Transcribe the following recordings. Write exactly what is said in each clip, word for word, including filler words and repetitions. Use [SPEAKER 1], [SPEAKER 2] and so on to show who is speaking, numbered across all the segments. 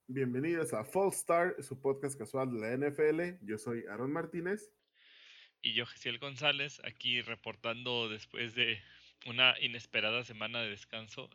[SPEAKER 1] Bienvenidos a Fall Start, su podcast casual de la N F L. Yo soy Aaron Martínez.
[SPEAKER 2] Y yo, Gesiel González, aquí reportando después de una inesperada semana de descanso.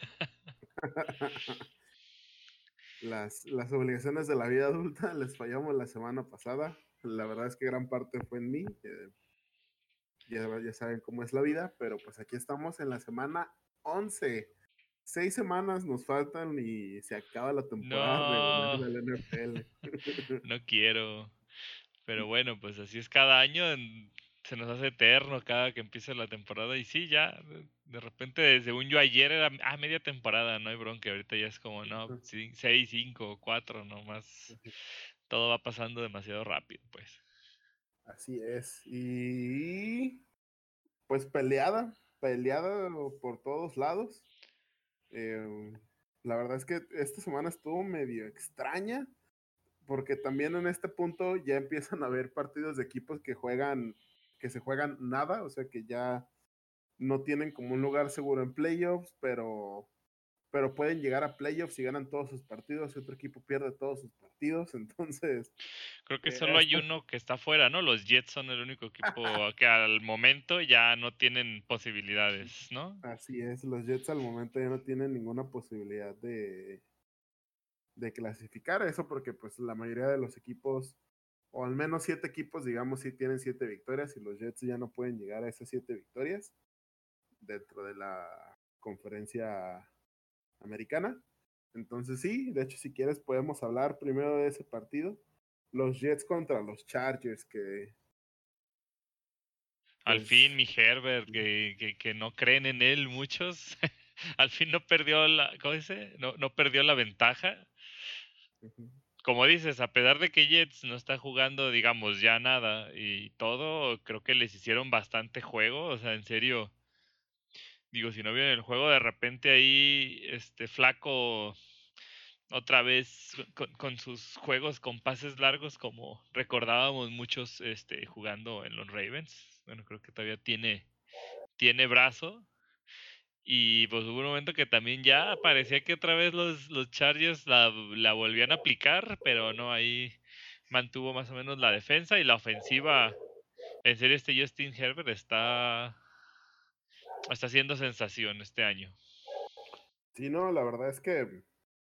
[SPEAKER 1] Las, las obligaciones de la vida adulta les fallamos la semana pasada. La verdad es que gran parte fue en mí. eh, ya, ya saben cómo es la vida, pero pues aquí estamos en la semana once. Seis semanas nos faltan y se acaba la temporada regular
[SPEAKER 2] No,
[SPEAKER 1] de la N F L.
[SPEAKER 2] no quiero. Pero bueno, pues así es cada año. en- Se nos hace eterno cada que empieza la temporada. Y sí, ya, de, de repente, según yo ayer era ah, media temporada, no hay bronca. Ahorita ya es como, no, sí, seis, cinco, cuatro, nomás. Todo va pasando demasiado rápido, pues.
[SPEAKER 1] Así es. Y pues peleada, peleada por todos lados. Eh, la verdad es que esta semana estuvo medio extraña, porque también en este punto ya empiezan a haber partidos de equipos que juegan, que se juegan nada, o sea que ya no tienen como un lugar seguro en playoffs, pero, pero pueden llegar a playoffs si ganan todos sus partidos y otro equipo pierde todos sus partidos, entonces
[SPEAKER 2] Creo que
[SPEAKER 1] eh,
[SPEAKER 2] solo hay
[SPEAKER 1] esta-
[SPEAKER 2] uno que está fuera, ¿no? Los Jets son el único equipo que al momento ya no tienen posibilidades, ¿no?
[SPEAKER 1] así es, los Jets al momento ya no tienen ninguna posibilidad de, de clasificar eso porque pues la mayoría de los equipos o al menos siete equipos, digamos, sí tienen siete victorias y los Jets ya no pueden llegar a esas siete victorias dentro de la conferencia americana. Entonces sí, de hecho si quieres podemos hablar primero de ese partido. Los Jets contra los Chargers, que
[SPEAKER 2] Al fin
[SPEAKER 1] pues...
[SPEAKER 2] mi Herbert, que, que, que no creen en él muchos, al fin no perdió la, ¿cómo dice? No, no perdió la ventaja.
[SPEAKER 1] Uh-huh.
[SPEAKER 2] Como dices, a pesar de que Jets no está jugando, digamos, ya nada y todo, creo que les hicieron bastante juego, o sea, en serio, digo, si no vieron el juego, de repente ahí, este flaco otra vez con, con sus juegos con pases largos como recordábamos muchos este jugando en los Ravens. Bueno, creo que todavía tiene tiene brazo y pues hubo un momento que también ya parecía que otra vez los, los Chargers la, la volvían a aplicar, pero no, ahí mantuvo más o menos la defensa y la ofensiva. En serio, este Justin Herbert está está haciendo sensación este año.
[SPEAKER 1] Sí, no, la verdad es que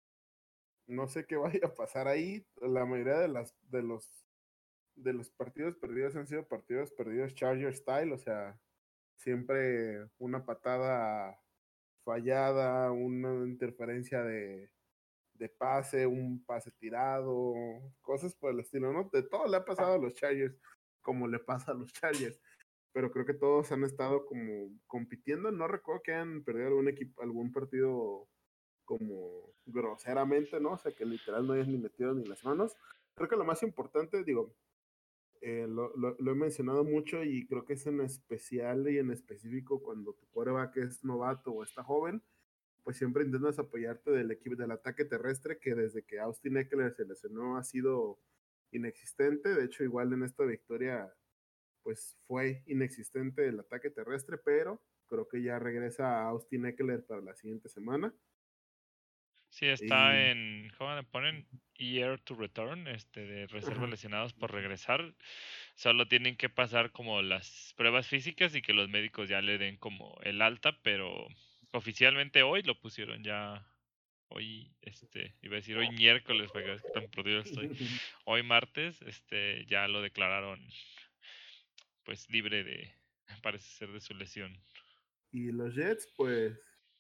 [SPEAKER 1] no sé qué vaya a pasar ahí. La mayoría de las de los de los partidos perdidos han sido partidos perdidos Charger style, o sea, siempre una patada fallada, una interferencia de, de pase, un pase tirado, cosas por el estilo, ¿no? De todo le ha pasado a los Chargers, como le pasa a los Chargers, pero creo que todos han estado como compitiendo, no recuerdo que hayan perdido algún equipo, algún partido como groseramente, ¿no? O sea, que literal no hayan ni metido ni las manos. Creo que lo más importante, digo, eh, lo, lo, lo, he mencionado mucho y creo que es en especial y en específico cuando tu quarterback es novato o está joven, pues siempre intentas apoyarte del equipo del ataque terrestre que desde que Austin Eckler se lesionó ha sido inexistente. De hecho, igual en esta victoria, pues fue inexistente el ataque terrestre, pero creo que ya regresa Austin Eckler para la siguiente semana.
[SPEAKER 2] Sí, está
[SPEAKER 1] Y,
[SPEAKER 2] en, ¿cómo le ponen? Year to return, este, de reserva
[SPEAKER 1] ajá,
[SPEAKER 2] lesionados por regresar. Solo tienen que pasar como las pruebas físicas y que los médicos ya le den como el alta, pero oficialmente hoy lo pusieron ya, hoy, este, iba a decir hoy miércoles, para que veas que tan perdido estoy. Hoy martes, este, ya lo declararon, pues libre de, parece ser de su lesión.
[SPEAKER 1] y los Jets, pues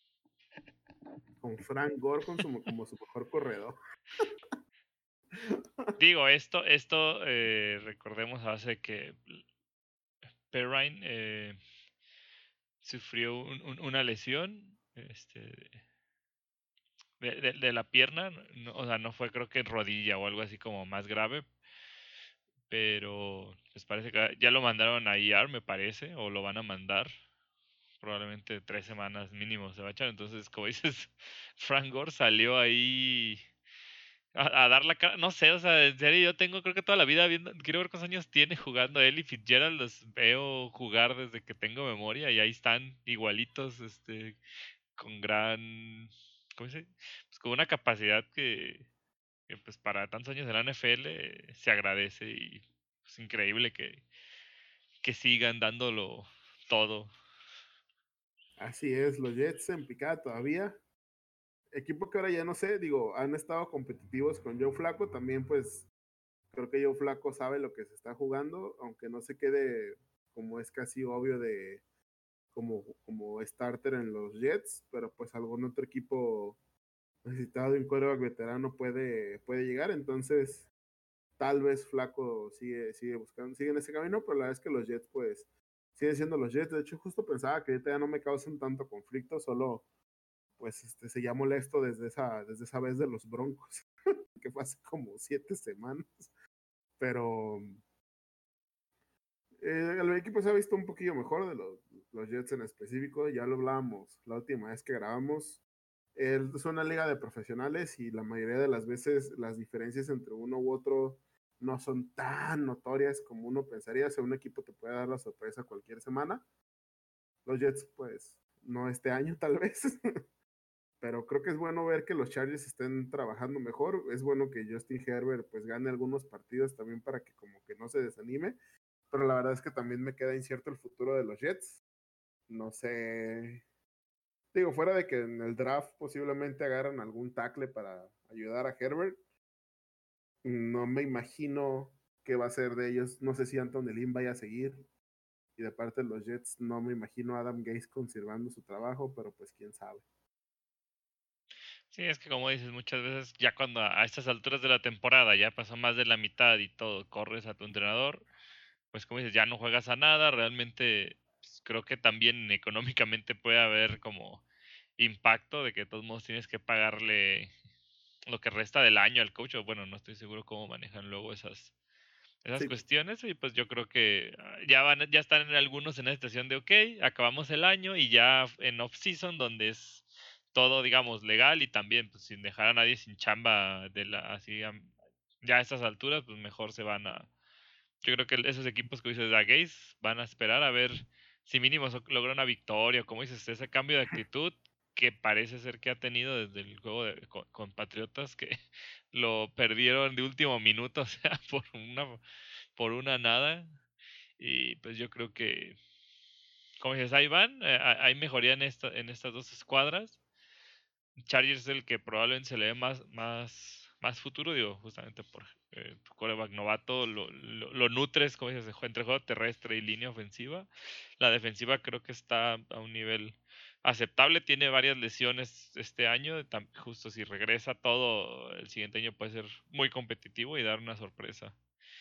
[SPEAKER 1] con Frank Gore con su, como su mejor corredor.
[SPEAKER 2] Digo, esto, esto, eh, recordemos a base de que Perrine, eh, sufrió un- un- una lesión este, de, de- de la pierna, no- o sea, no fue creo que en rodilla o algo así como más grave, pero pues parece que ya lo mandaron a I R, me parece, o lo van a mandar, probablemente tres semanas mínimo se va a echar, entonces como dices, Frank Gore salió ahí a, a dar la cara, no sé, o sea, en serio yo tengo creo que toda la vida viendo, quiero ver cuántos años tiene jugando él y Fitzgerald, los veo jugar desde que tengo memoria y ahí están igualitos, este con gran, ¿cómo se dice? Pues con una capacidad que, que pues para tantos años de la N F L eh, se agradece y es increíble que, que sigan dándolo todo.
[SPEAKER 1] Así es, los Jets en picada todavía. Equipo que ahora ya no sé, digo, han estado competitivos con Joe Flaco, también pues creo que Joe Flaco sabe lo que se está jugando, aunque no se quede como es casi obvio de como, como starter en los Jets, pero pues algún otro equipo necesitado de un quarterback veterano puede, puede llegar, entonces tal vez Flaco sigue, sigue buscando, sigue en ese camino, pero la verdad es que los Jets pues siguen siendo los Jets, de hecho justo pensaba que ahorita ya no me causan tanto conflicto, solo pues este, seguía molesto desde esa, desde esa vez de los Broncos, que fue hace como siete semanas, pero eh, el equipo se ha visto un poquillo mejor de los, los Jets en específico, ya lo hablábamos la última vez que grabamos. Es una liga de profesionales y la mayoría de las veces las diferencias entre uno u otro no son tan notorias como uno pensaría. O sea, un equipo te puede dar la sorpresa cualquier semana. Los Jets, pues, no este año tal vez, pero creo que es bueno ver que los Chargers estén trabajando mejor. Es bueno que Justin Herbert pues gane algunos partidos también para que como que no se desanime. Pero la verdad es que también me queda incierto el futuro de los Jets. No sé. Digo, fuera de que en el draft posiblemente agarran algún tackle para ayudar a Herbert, no me imagino qué va a ser de ellos. No sé si Anthony Lynn vaya a seguir. Y de parte de los Jets, no me imagino a Adam Gase conservando su trabajo, pero pues quién sabe.
[SPEAKER 2] Sí, es que como dices, muchas veces ya cuando a a estas alturas de la temporada ya pasó más de la mitad y todo, corres a tu entrenador, pues como dices, ya no juegas a nada, realmente pues, creo que también económicamente puede haber como impacto de que de todos modos tienes que pagarle lo que resta del año al coach, o bueno, no estoy seguro cómo manejan luego esas esas
[SPEAKER 1] Sí,
[SPEAKER 2] cuestiones y pues yo creo que ah, ya van ya están en algunos en la situación de okey, acabamos el año y ya en off season donde es todo, digamos, legal y también, pues, sin dejar a nadie sin chamba de la así, am, ya a estas alturas, pues, mejor se van a yo creo que esos equipos que dices, a Gaze, van a esperar a ver si mínimo so logra una victoria, como dices, ese cambio de actitud que parece ser que ha tenido desde el juego de con con Patriotas, que lo perdieron de último minuto, o sea, por una por una nada. Y pues yo creo que, como dices, ahí van, eh, ha- hay mejoría en, esta, en estas dos escuadras. Chargers es el que probablemente se le dé más, más, más futuro, digo, justamente por eh, tu quarterback novato, lo, lo, lo nutres, como dices, entre juego terrestre y línea ofensiva. La defensiva creo que está a un nivel aceptable, tiene varias lesiones este año, tam- justo si regresa todo el siguiente año puede ser muy competitivo y dar una sorpresa.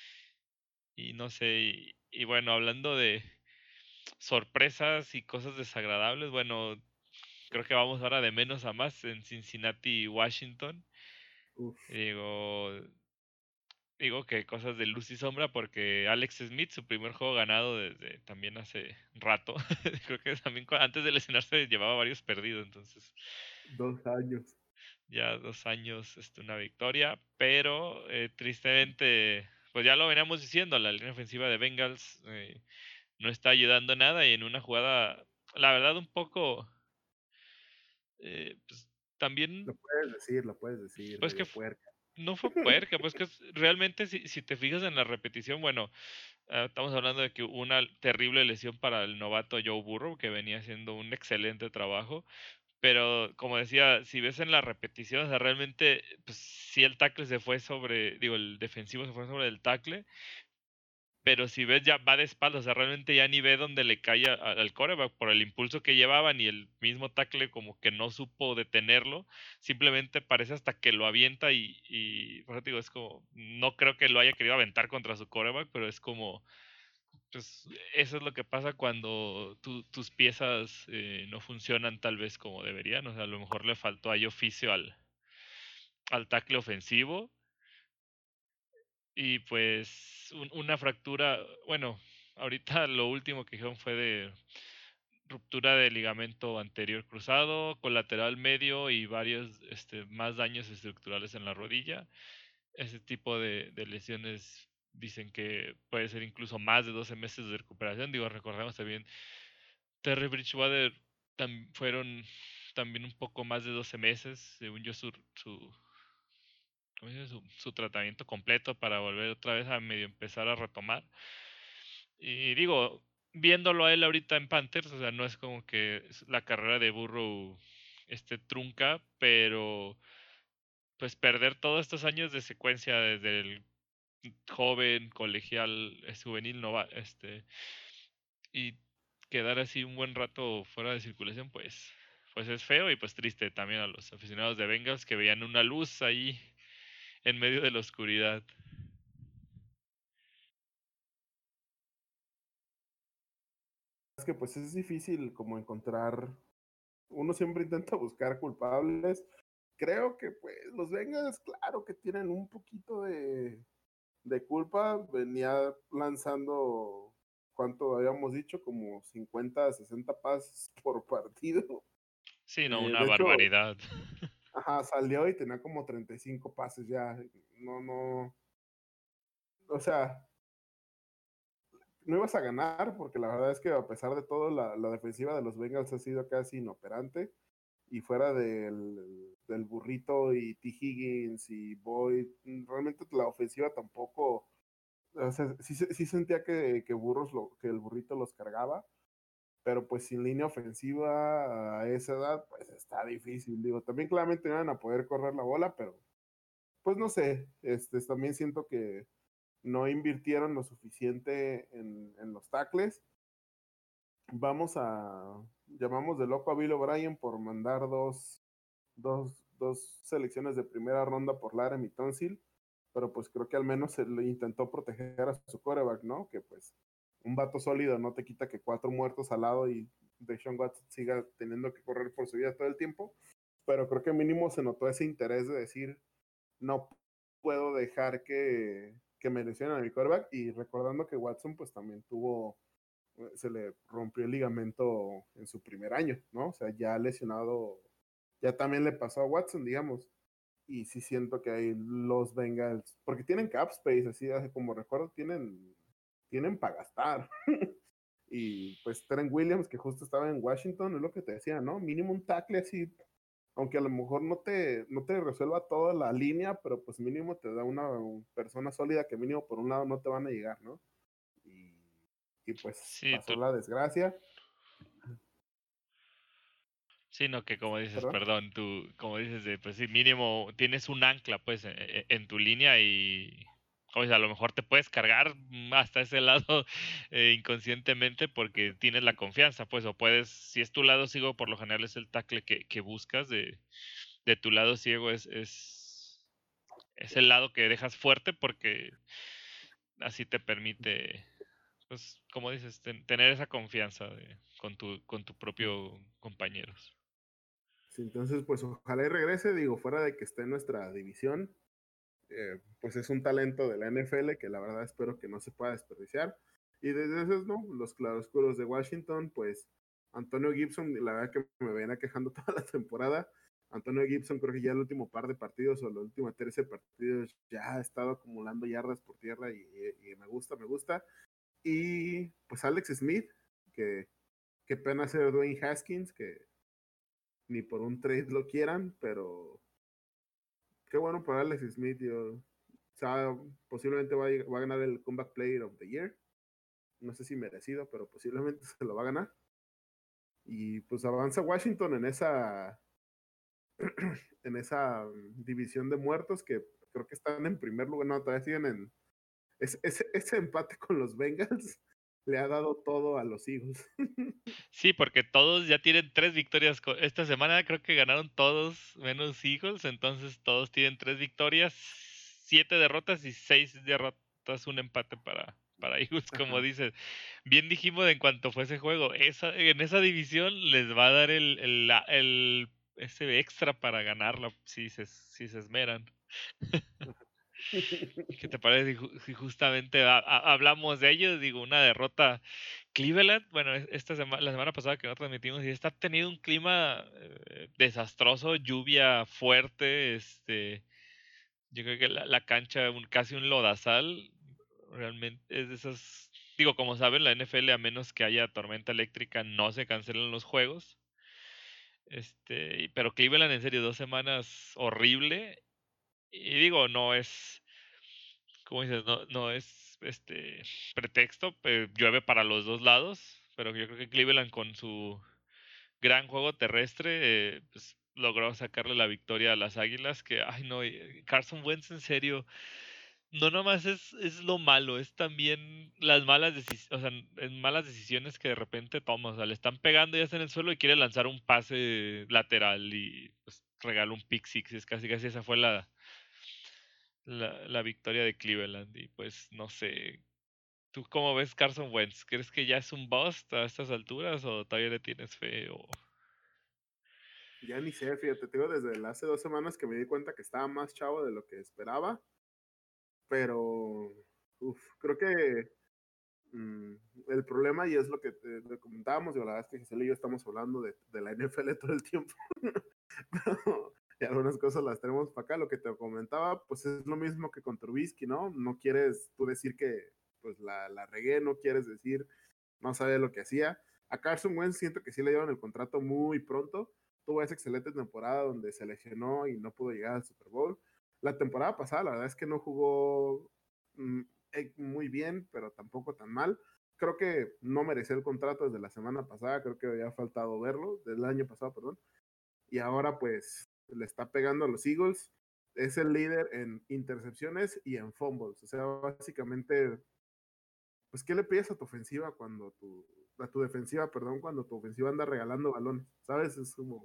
[SPEAKER 2] Y no sé, y, y bueno, hablando de sorpresas y cosas desagradables, bueno, creo que vamos ahora de menos a más en Cincinnati y Washington.
[SPEAKER 1] uf.
[SPEAKER 2] Digo, digo que cosas de luz y sombra porque Alex Smith, su primer juego ganado desde también hace rato. Creo que también cu- antes de lesionarse llevaba varios perdidos, entonces
[SPEAKER 1] Dos años.
[SPEAKER 2] ya dos años este, una victoria, pero eh, tristemente, pues ya lo veníamos diciendo, la línea ofensiva de Bengals eh, no está ayudando nada y en una jugada, la verdad, un poco, eh, pues
[SPEAKER 1] Lo
[SPEAKER 2] también,
[SPEAKER 1] puedes decir, lo puedes decir,
[SPEAKER 2] pues que
[SPEAKER 1] medio
[SPEAKER 2] f-
[SPEAKER 1] puerca.
[SPEAKER 2] no fue puerca, pues que es- realmente si, si te fijas en la repetición, bueno, ah, estamos hablando de que hubo una terrible lesión para el novato Joe Burrow, que venía haciendo un excelente trabajo, pero como decía, si ves en la repetición, o sea, realmente, pues sí el tackle se fue sobre, digo, el defensivo se fue sobre el tackle, pero si ves ya va de espaldas, o sea, realmente ya ni ve dónde le cae a- al quarterback por el impulso que llevaban y el mismo tackle como que no supo detenerlo, simplemente parece hasta que lo avienta y, y por eso te digo, es como, no creo que lo haya querido aventar contra su quarterback, pero es como, pues eso es lo que pasa cuando tu- tus piezas eh, no funcionan tal vez como deberían, o sea, a lo mejor le faltó ahí oficio al, al tackle ofensivo y pues un- una fractura, bueno, ahorita lo último que dijeron fue de ruptura de ligamento anterior cruzado, colateral medio y varios este, más daños estructurales en la rodilla. Ese tipo de, de lesiones dicen que puede ser incluso más de doce meses de recuperación. Digo, recordemos también, Terry Bridgewater tam- fueron también un poco más de doce meses, según yo, su, su como dices, su, su tratamiento completo para volver otra vez a medio empezar a retomar. Y digo, viéndolo a él ahorita en Panthers, o sea, no es como que la carrera de Burrow esté trunca, pero pues perder todos estos años de secuencia desde el joven, colegial, eh, juvenil, no va, este, y quedar así un buen rato fuera de circulación, pues, pues es feo y pues triste también a los aficionados de Bengals que veían una luz ahí en medio de la oscuridad.
[SPEAKER 1] Es que pues es difícil como encontrar, uno siempre intenta buscar culpables. Creo que pues los Bengals, claro que tienen un poquito de, de culpa. Venía lanzando, ¿cuánto habíamos dicho? Como cincuenta, sesenta pases por partido.
[SPEAKER 2] Sí, no,
[SPEAKER 1] Eh,
[SPEAKER 2] una
[SPEAKER 1] de hecho,
[SPEAKER 2] barbaridad.
[SPEAKER 1] ajá, salió y tenía como treinta y cinco pases ya. No, no, o sea, no ibas a ganar porque la verdad es que a pesar de todo la, la defensiva de los Bengals ha sido casi inoperante y fuera del, del burrito y T. Higgins y Boyd, realmente la ofensiva tampoco, o sea, sí, sí sentía que, que, burros lo, que el burrito los cargaba, pero pues sin línea ofensiva a esa edad, pues está difícil. Digo, también claramente no van a poder correr la bola, pero pues no sé, este, también siento que no invirtieron lo suficiente en, en los tackles. Vamos a, llamamos de loco a Bill O'Brien por mandar dos, dos, dos selecciones de primera ronda por Laramie Tunsil, pero pues creo que al menos se le intentó proteger a su quarterback, ¿no? Que pues un vato sólido no te quita que cuatro muertos al lado y Deshaun Watson siga teniendo que correr por su vida todo el tiempo, pero creo que mínimo se notó ese interés de decir, no puedo dejar que, que me lesionen a mi quarterback, y recordando que Watson pues también tuvo, se le rompió el ligamento en su primer año, ¿no? O sea, ya lesionado, ya también le pasó a Watson, digamos. Y sí siento que ahí los Bengals, porque tienen cap space, así como recuerdo, tienen, tienen para gastar. Y pues Trent Williams, que justo estaba en Washington, es lo que te decía, ¿no? Mínimo un tackle así, aunque a lo mejor no te, no te resuelva toda la línea, pero pues mínimo te da una persona sólida que mínimo por un lado no te van a llegar, ¿no? Y, y pues
[SPEAKER 2] Sí,
[SPEAKER 1] pasó
[SPEAKER 2] tú,
[SPEAKER 1] la desgracia.
[SPEAKER 2] sí, no, que como dices,
[SPEAKER 1] ¿Perdón?
[SPEAKER 2] perdón, tú, como dices, de, pues sí, mínimo tienes un ancla, pues, en, en- en tu línea y, o sea, a lo mejor te puedes cargar mm, hasta ese lado eh, inconscientemente porque tienes la confianza, pues, o puedes, si es tu lado ciego, por lo general es el tackle que, que buscas, de, de tu lado ciego es, es, es el lado que dejas fuerte porque así te permite, pues, como dices, ten- tener esa confianza de- con tu, con tu propio compañeros.
[SPEAKER 1] Sí, entonces, pues ojalá y regrese, digo, fuera de que esté en nuestra división, eh, pues es un talento de la N F L que la verdad espero que no se pueda desperdiciar. Y desde esos, ¿no? Los claroscuros de Washington, pues Antonio Gibson, la verdad que me venía quejando toda la temporada. Antonio Gibson creo que ya el último par de partidos o los últimos trece partidos ya ha estado acumulando yardas por tierra y, y, y me gusta, me gusta. Y pues Alex Smith, que qué pena ser Dwayne Haskins, que ni por un trade lo quieran, pero qué bueno por Alex Smith. Yo, o sea, posiblemente va a, va a ganar el Comeback Player of the Year. No sé si merecido, pero posiblemente se lo va a ganar. Y pues avanza Washington en esa, en esa división de muertos que creo que están en primer lugar. No, todavía siguen en. Es, ese, ese empate con los Bengals le ha dado todo a los Eagles.
[SPEAKER 2] Sí, porque todos ya tienen tres victorias. co- Esta semana creo que ganaron todos menos Eagles, entonces todos tienen tres victorias, siete derrotas y seis derrotas, un empate para, para Eagles, como
[SPEAKER 1] Ajá.
[SPEAKER 2] dices. Bien dijimos en cuanto fue ese juego, esa, en esa división les va a dar el, el, la- el- ese extra para ganarla si se, si se esmeran. ¿Qué te parece si, ju- si justamente ha- ha- hablamos de ellos? Digo, una derrota. Cleveland, bueno, es- esta semana, la semana pasada que no transmitimos, y está teniendo un clima eh, desastroso, lluvia fuerte, este, yo creo que la, la cancha un, casi un lodazal, realmente es de esas, digo, como saben, la N F L a menos que haya tormenta eléctrica no se cancelan los juegos, este, y- pero Cleveland en serio, dos semanas horrible y digo, no es, como dices, no, no es este pretexto, pero llueve para los dos lados, pero yo creo que Cleveland con su gran juego terrestre, eh, pues logró sacarle la victoria a las Águilas, que, ay no, y Carson Wentz en serio, no nomás es, es lo malo, es también las malas decisiones, o sea, en malas decisiones que de repente toma, o sea, le están pegando ya está en el suelo y quiere lanzar un pase lateral y pues regala un pick six, es casi casi esa fue la, la, la victoria de Cleveland y pues no sé, ¿tú cómo ves Carson Wentz? ¿Crees que ya es un bust a estas alturas o todavía le tienes fe? O...
[SPEAKER 1] Ya ni sé, fíjate, te digo desde hace dos semanas que me di cuenta que estaba más chavo de lo que esperaba, pero uf, creo que mm, el problema, y es lo que te, te comentábamos, y la verdad es que Giselle y yo estamos hablando de, de la N F L todo el tiempo, y algunas cosas las tenemos para acá, lo que te comentaba, pues es lo mismo que con Trubisky, ¿no? No quieres tú decir que pues la, la regué, no quieres decir, no sabe lo que hacía. A Carson Wentz siento que sí le dieron el contrato muy pronto, tuvo esa excelente temporada donde se lesionó y no pudo llegar al Super Bowl. La temporada pasada, la verdad es que no jugó mm, muy bien, pero tampoco tan mal. Creo que no mereció el contrato desde la semana pasada, creo que había faltado verlo, del año pasado, perdón. Y ahora pues le está pegando a los Eagles. Es el líder en intercepciones y en fumbles. O sea, básicamente, pues, ¿qué le pides a tu ofensiva cuando tu, a tu defensiva, perdón, cuando tu ofensiva anda regalando balones? ¿Sabes? Es como,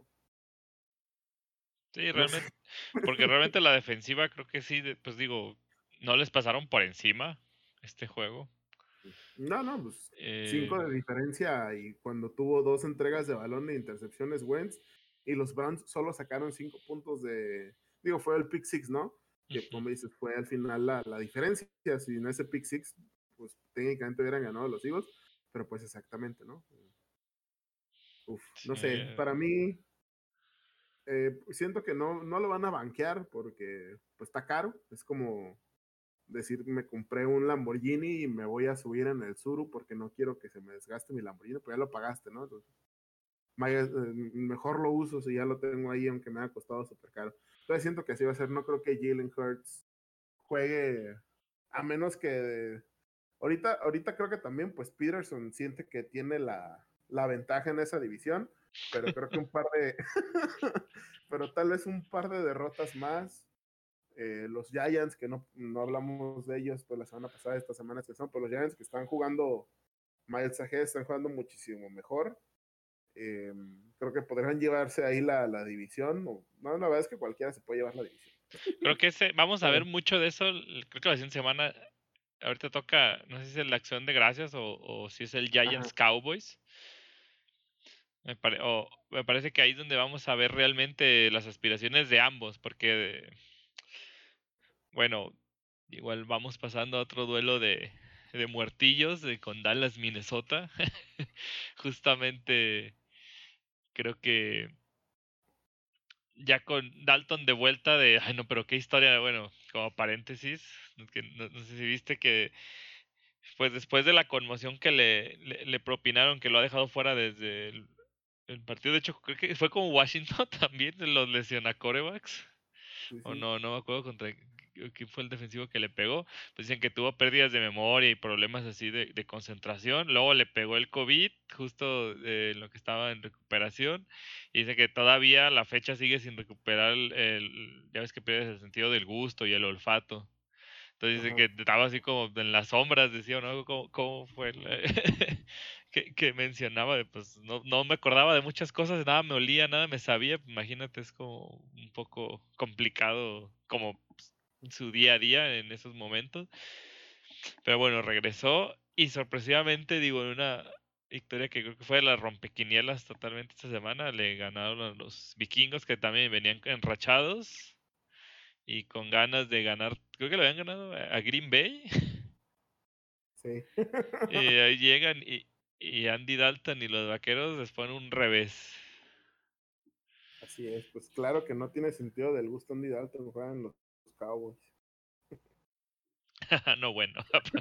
[SPEAKER 2] Sí,
[SPEAKER 1] no sé.
[SPEAKER 2] realmente, porque realmente la defensiva creo que sí, de- pues digo, no les pasaron por encima este juego.
[SPEAKER 1] No, no, pues
[SPEAKER 2] Eh,
[SPEAKER 1] cinco de diferencia y cuando tuvo dos entregas de balón de intercepciones Wentz y los Browns solo sacaron cinco puntos de, digo, fue el pick six, ¿no? Que
[SPEAKER 2] ujú.
[SPEAKER 1] como dices, fue al final la, la diferencia. Si en ese pick six, pues técnicamente hubieran ganado los Eagles, pero pues exactamente, ¿no? Uf, no
[SPEAKER 2] Sí,
[SPEAKER 1] sé, para mí eh, siento que no, no lo van a banquear porque pues está caro, es como decir, me compré un Lamborghini y me voy a subir en el Suru porque no quiero que se me desgaste mi Lamborghini, pues ya lo pagaste, ¿no? Entonces, vaya, eh, mejor lo uso si ya lo tengo ahí, aunque me haya costado súper caro. Entonces siento que así va a ser. No creo que Jalen Hurts juegue, a menos que ahorita, ahorita creo que también, pues Peterson siente que tiene la, la ventaja en esa división, pero creo que un par de, pero tal vez un par de derrotas más. Eh, los Giants, que no, no hablamos de ellos pues la semana pasada, esta semana que son, pero los Giants que están jugando, Miles Ahead, están jugando muchísimo mejor. Eh, creo que podrán llevarse ahí la, la división. O, no, la verdad es que cualquiera se puede llevar la división.
[SPEAKER 2] creo que ese, vamos a ver
[SPEAKER 1] Pero,
[SPEAKER 2] mucho de eso, l- creo que la siguiente semana, ahorita toca, no sé si es la acción de gracias o, o si es el
[SPEAKER 1] ajá,
[SPEAKER 2] Giants Cowboys. Me pare- o me parece que ahí es donde vamos a ver realmente las aspiraciones de ambos, porque, bueno, igual vamos pasando a otro duelo de, de muertillos de con Dallas, Minnesota. Justamente creo que ya con Dalton de vuelta de, ay no, pero qué historia, bueno, como paréntesis, que no, no sé si viste que pues después de la conmoción que le, le, le propinaron, que lo ha dejado fuera desde el, el partido, de hecho creo que fue como Washington también, de los lesiona corebacks,
[SPEAKER 1] sí,
[SPEAKER 2] o
[SPEAKER 1] sí.
[SPEAKER 2] no, no me acuerdo contra quién fue el defensivo que le pegó, pues dicen que tuvo pérdidas de memoria y problemas así de, de concentración, luego le pegó el COVID, justo eh, en lo que estaba en recuperación, y dice que todavía la fecha sigue sin recuperar el, el- ya ves que pierdes el sentido del gusto y el olfato. Entonces dice
[SPEAKER 1] Ajá,
[SPEAKER 2] que estaba así como en las sombras, decía, ¿no? ¿Cómo, cómo fue? la- que, que mencionaba de, pues, no, no me acordaba de muchas cosas, nada me olía, nada me sabía. Imagínate, es como un poco complicado como pues, su día a día en esos momentos. Pero bueno, regresó y sorpresivamente, digo, en una victoria que creo que fue de las rompequinielas totalmente esta semana, le ganaron a los vikingos que también venían enrachados y con ganas de ganar, creo que lo habían ganado a a Green Bay.
[SPEAKER 1] sí.
[SPEAKER 2] Y ahí llegan y, y Andy Dalton y los vaqueros les ponen un revés.
[SPEAKER 1] Así es, pues claro que no tiene sentido del gusto Andy Dalton juegan los, los Cowboys.
[SPEAKER 2] No, bueno.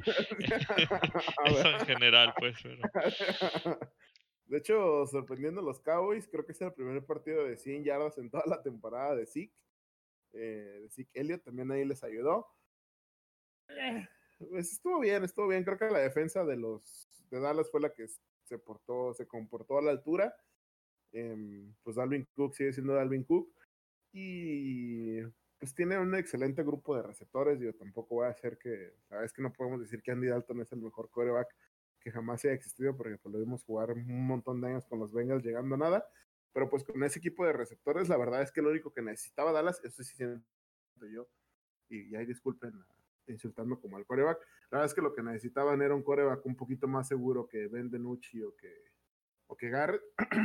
[SPEAKER 1] A ver.
[SPEAKER 2] Eso en general, pues, pero.
[SPEAKER 1] De hecho, sorprendiendo a los Cowboys, creo que es el primer partido de cien yardas en toda la temporada de Zeke. eh, de Zeke Elliott también ahí les ayudó. Eh, pues estuvo bien, estuvo bien. Creo que la defensa de los de Dallas fue la que se portó, se comportó a la altura. Eh, pues Dalvin Cook sigue siendo Dalvin Cook. Y pues tiene un excelente grupo de receptores. Yo tampoco voy a hacer que, sabes que no podemos decir que Andy Dalton es el mejor quarterback que jamás haya existido, porque pues, lo vimos jugar un montón de años con los Bengals llegando a nada. Pero pues con ese equipo de receptores, la verdad es que lo único que necesitaba Dallas, eso sí siento yo, y, y ahí disculpen insultando como al quarterback, la verdad es que lo que necesitaban era un quarterback un poquito más seguro que Ben DiNucci o que, o que Garrett,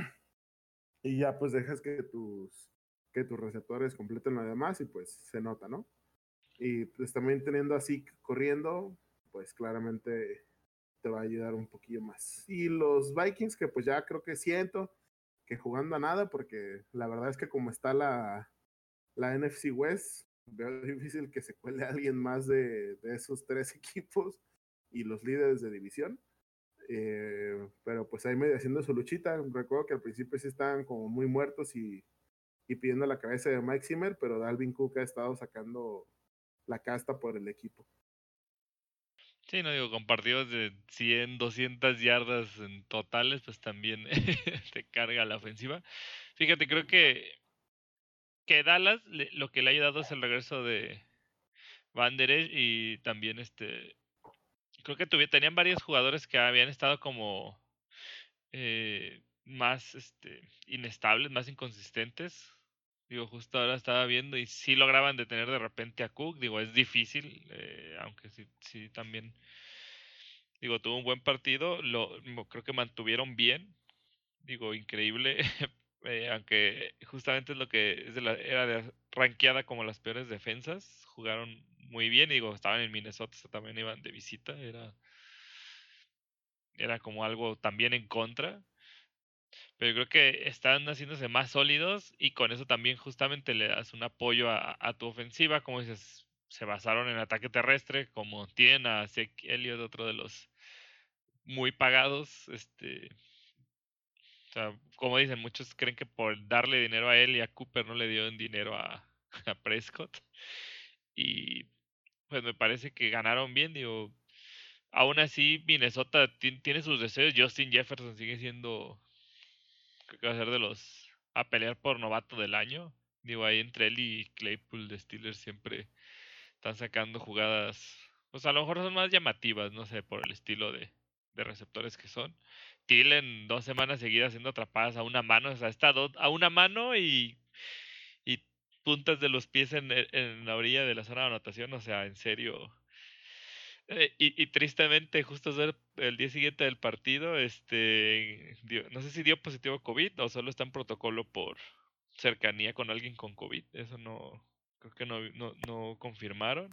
[SPEAKER 1] y ya pues dejas que tus, que tus receptores completen lo demás y pues se nota, ¿no? Y pues también teniendo así corriendo, pues claramente te va a ayudar un poquillo más. Y los Vikings, que pues ya creo que siento que jugando a nada, porque la verdad es que como está la, la N F C West, veo difícil que se cuele alguien más de, de esos tres equipos y los líderes de división. Eh, pero pues ahí medio haciendo su luchita. Recuerdo que al principio sí estaban como muy muertos y, y pidiendo la cabeza de Mike Zimmer, pero Dalvin Cook ha estado sacando la casta por el equipo.
[SPEAKER 2] Sí, no digo, con partidos de cien, doscientas yardas en totales, pues también te carga la ofensiva. Fíjate, creo que, que Dallas le- lo que le ha ayudado es el regreso de Van Der Esch y también este, creo que tuvi- tenían varios jugadores que habían estado como eh, más este, inestables, más inconsistentes. Digo, justo ahora estaba viendo y sí lograban detener de repente a Cook. Digo, es difícil, eh, aunque sí, sí también, digo, tuvo un buen partido. Lo, mo- creo que mantuvieron bien. Digo, increíble. eh, aunque justamente es lo que es de la, era de, rankeada como las peores defensas. Jugaron muy bien. Digo, estaban en Minnesota, también iban de visita. Era, era como algo también en contra. Pero creo que están haciéndose más sólidos y con eso también justamente le das un apoyo a, a tu ofensiva. Como dices, se basaron en ataque terrestre, como tienen a Zeke Elliott, otro de los muy pagados. Este, o sea, como dicen, muchos creen que por darle dinero a él y a Cooper no le dieron dinero a, a Prescott. Y pues me parece que ganaron bien, digo. Aún así, Minnesota tiene sus deseos. Justin Jefferson sigue siendo, creo que va a ser de los a pelear por novato del año. Digo, ahí entre él y Claypool de Steelers siempre están sacando jugadas, pues a lo mejor son más llamativas, no sé, por el estilo de, de receptores que son. Thielen dos semanas seguidas siendo atrapadas a una mano, o sea, está do- a una mano y, y puntas de los pies en, en la orilla de la zona de anotación, o sea, en serio. Eh, y, y tristemente, justo ser el día siguiente del partido, este, dio- no sé si dio positivo a COVID o solo está en protocolo por cercanía con alguien con COVID. Eso no, creo que no, no, no confirmaron.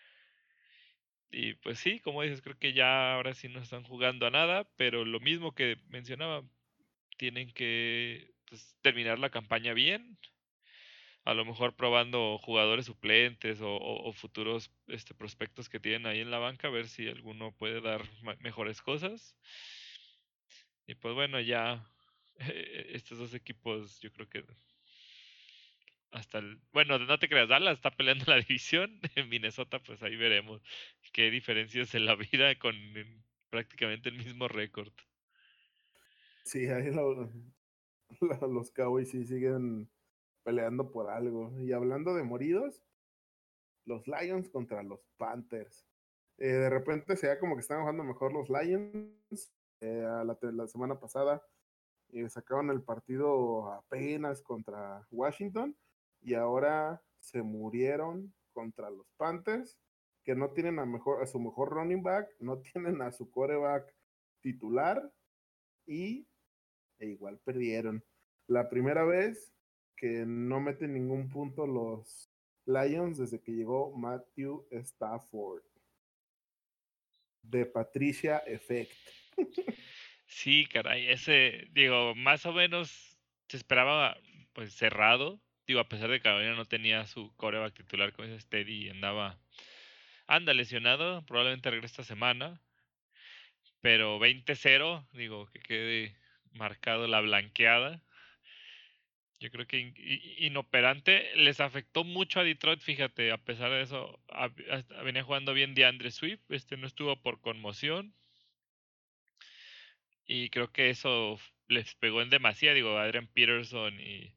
[SPEAKER 2] Y pues sí, como dices, creo que ya ahora sí no están jugando a nada, pero lo mismo que mencionaba, tienen que pues, terminar la campaña bien, a lo mejor probando jugadores suplentes o, o- o futuros este, prospectos que tienen ahí en la banca, a ver si alguno puede dar ma- mejores cosas. Y pues bueno, ya eh, estos dos equipos, yo creo que hasta el... Bueno, no te creas, Dallas está peleando la división. En Minnesota, pues ahí veremos qué diferencias en la vida con el- prácticamente el mismo récord.
[SPEAKER 1] Sí, ahí lo- lo- los Cowboys sí siguen peleando por algo. Y hablando de moridos, los Lions contra los Panthers. Eh, de repente se veía como que estaban jugando mejor los Lions. Eh, a la, la semana pasada eh, sacaron el partido apenas contra Washington y ahora se murieron contra los Panthers, que no tienen a, mejor, a su mejor running back, no tienen a su quarterback titular y e igual perdieron. La primera vez que no meten ningún punto los Lions desde que llegó Matthew Stafford. De Patricia Effect.
[SPEAKER 2] Sí, caray, ese, digo, más o menos se esperaba pues cerrado. Digo, a pesar de que Carolina no tenía su coreback titular con ese Steady y andaba, anda lesionado, probablemente regrese esta semana. Pero veinte cero, digo, que quede marcado la blanqueada. Yo creo que in- i- inoperante les afectó mucho a Detroit, fíjate, a pesar de eso, a- hasta venía jugando bien DeAndre Swift, este no estuvo por conmoción y creo que eso f- les pegó en demasía, digo, Adrian Peterson y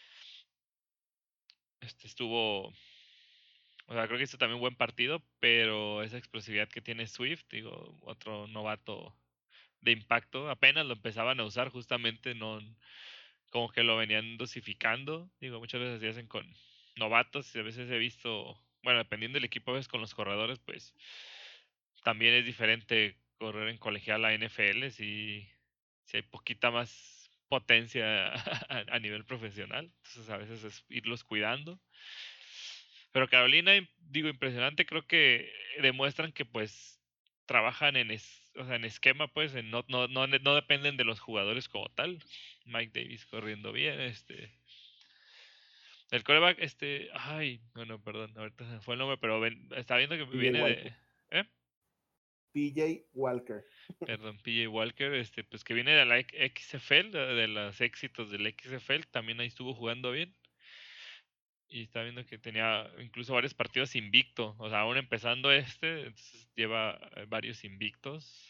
[SPEAKER 2] este estuvo, o sea, creo que hizo también un buen partido, pero esa explosividad que tiene Swift, digo, otro novato de impacto, apenas lo empezaban a usar justamente, no, como que lo venían dosificando. Digo, muchas veces así hacen con novatos y a veces he visto, bueno, dependiendo del equipo, a veces con los corredores, pues también es diferente correr en colegial a N F L, si, si hay poquita más potencia a, a nivel profesional, entonces a veces es irlos cuidando. Pero Carolina, im- digo, impresionante, creo que demuestran que pues trabajan en, es- o sea, en esquema, pues, en no, no, no, no dependen de los jugadores como tal. Mike Davis corriendo bien, este. El coreback, este, ay, bueno, perdón, ahorita se me fue el nombre, pero ven- está viendo que
[SPEAKER 1] P J
[SPEAKER 2] viene
[SPEAKER 1] Walker.
[SPEAKER 2] de, ¿eh?
[SPEAKER 1] P J Walker.
[SPEAKER 2] Perdón, P J Walker, este, pues que viene de la X F L, de, de los éxitos del X F L, también ahí estuvo jugando bien. Y está viendo que tenía incluso varios partidos invicto. O sea, aún empezando este, entonces lleva eh, varios invictos.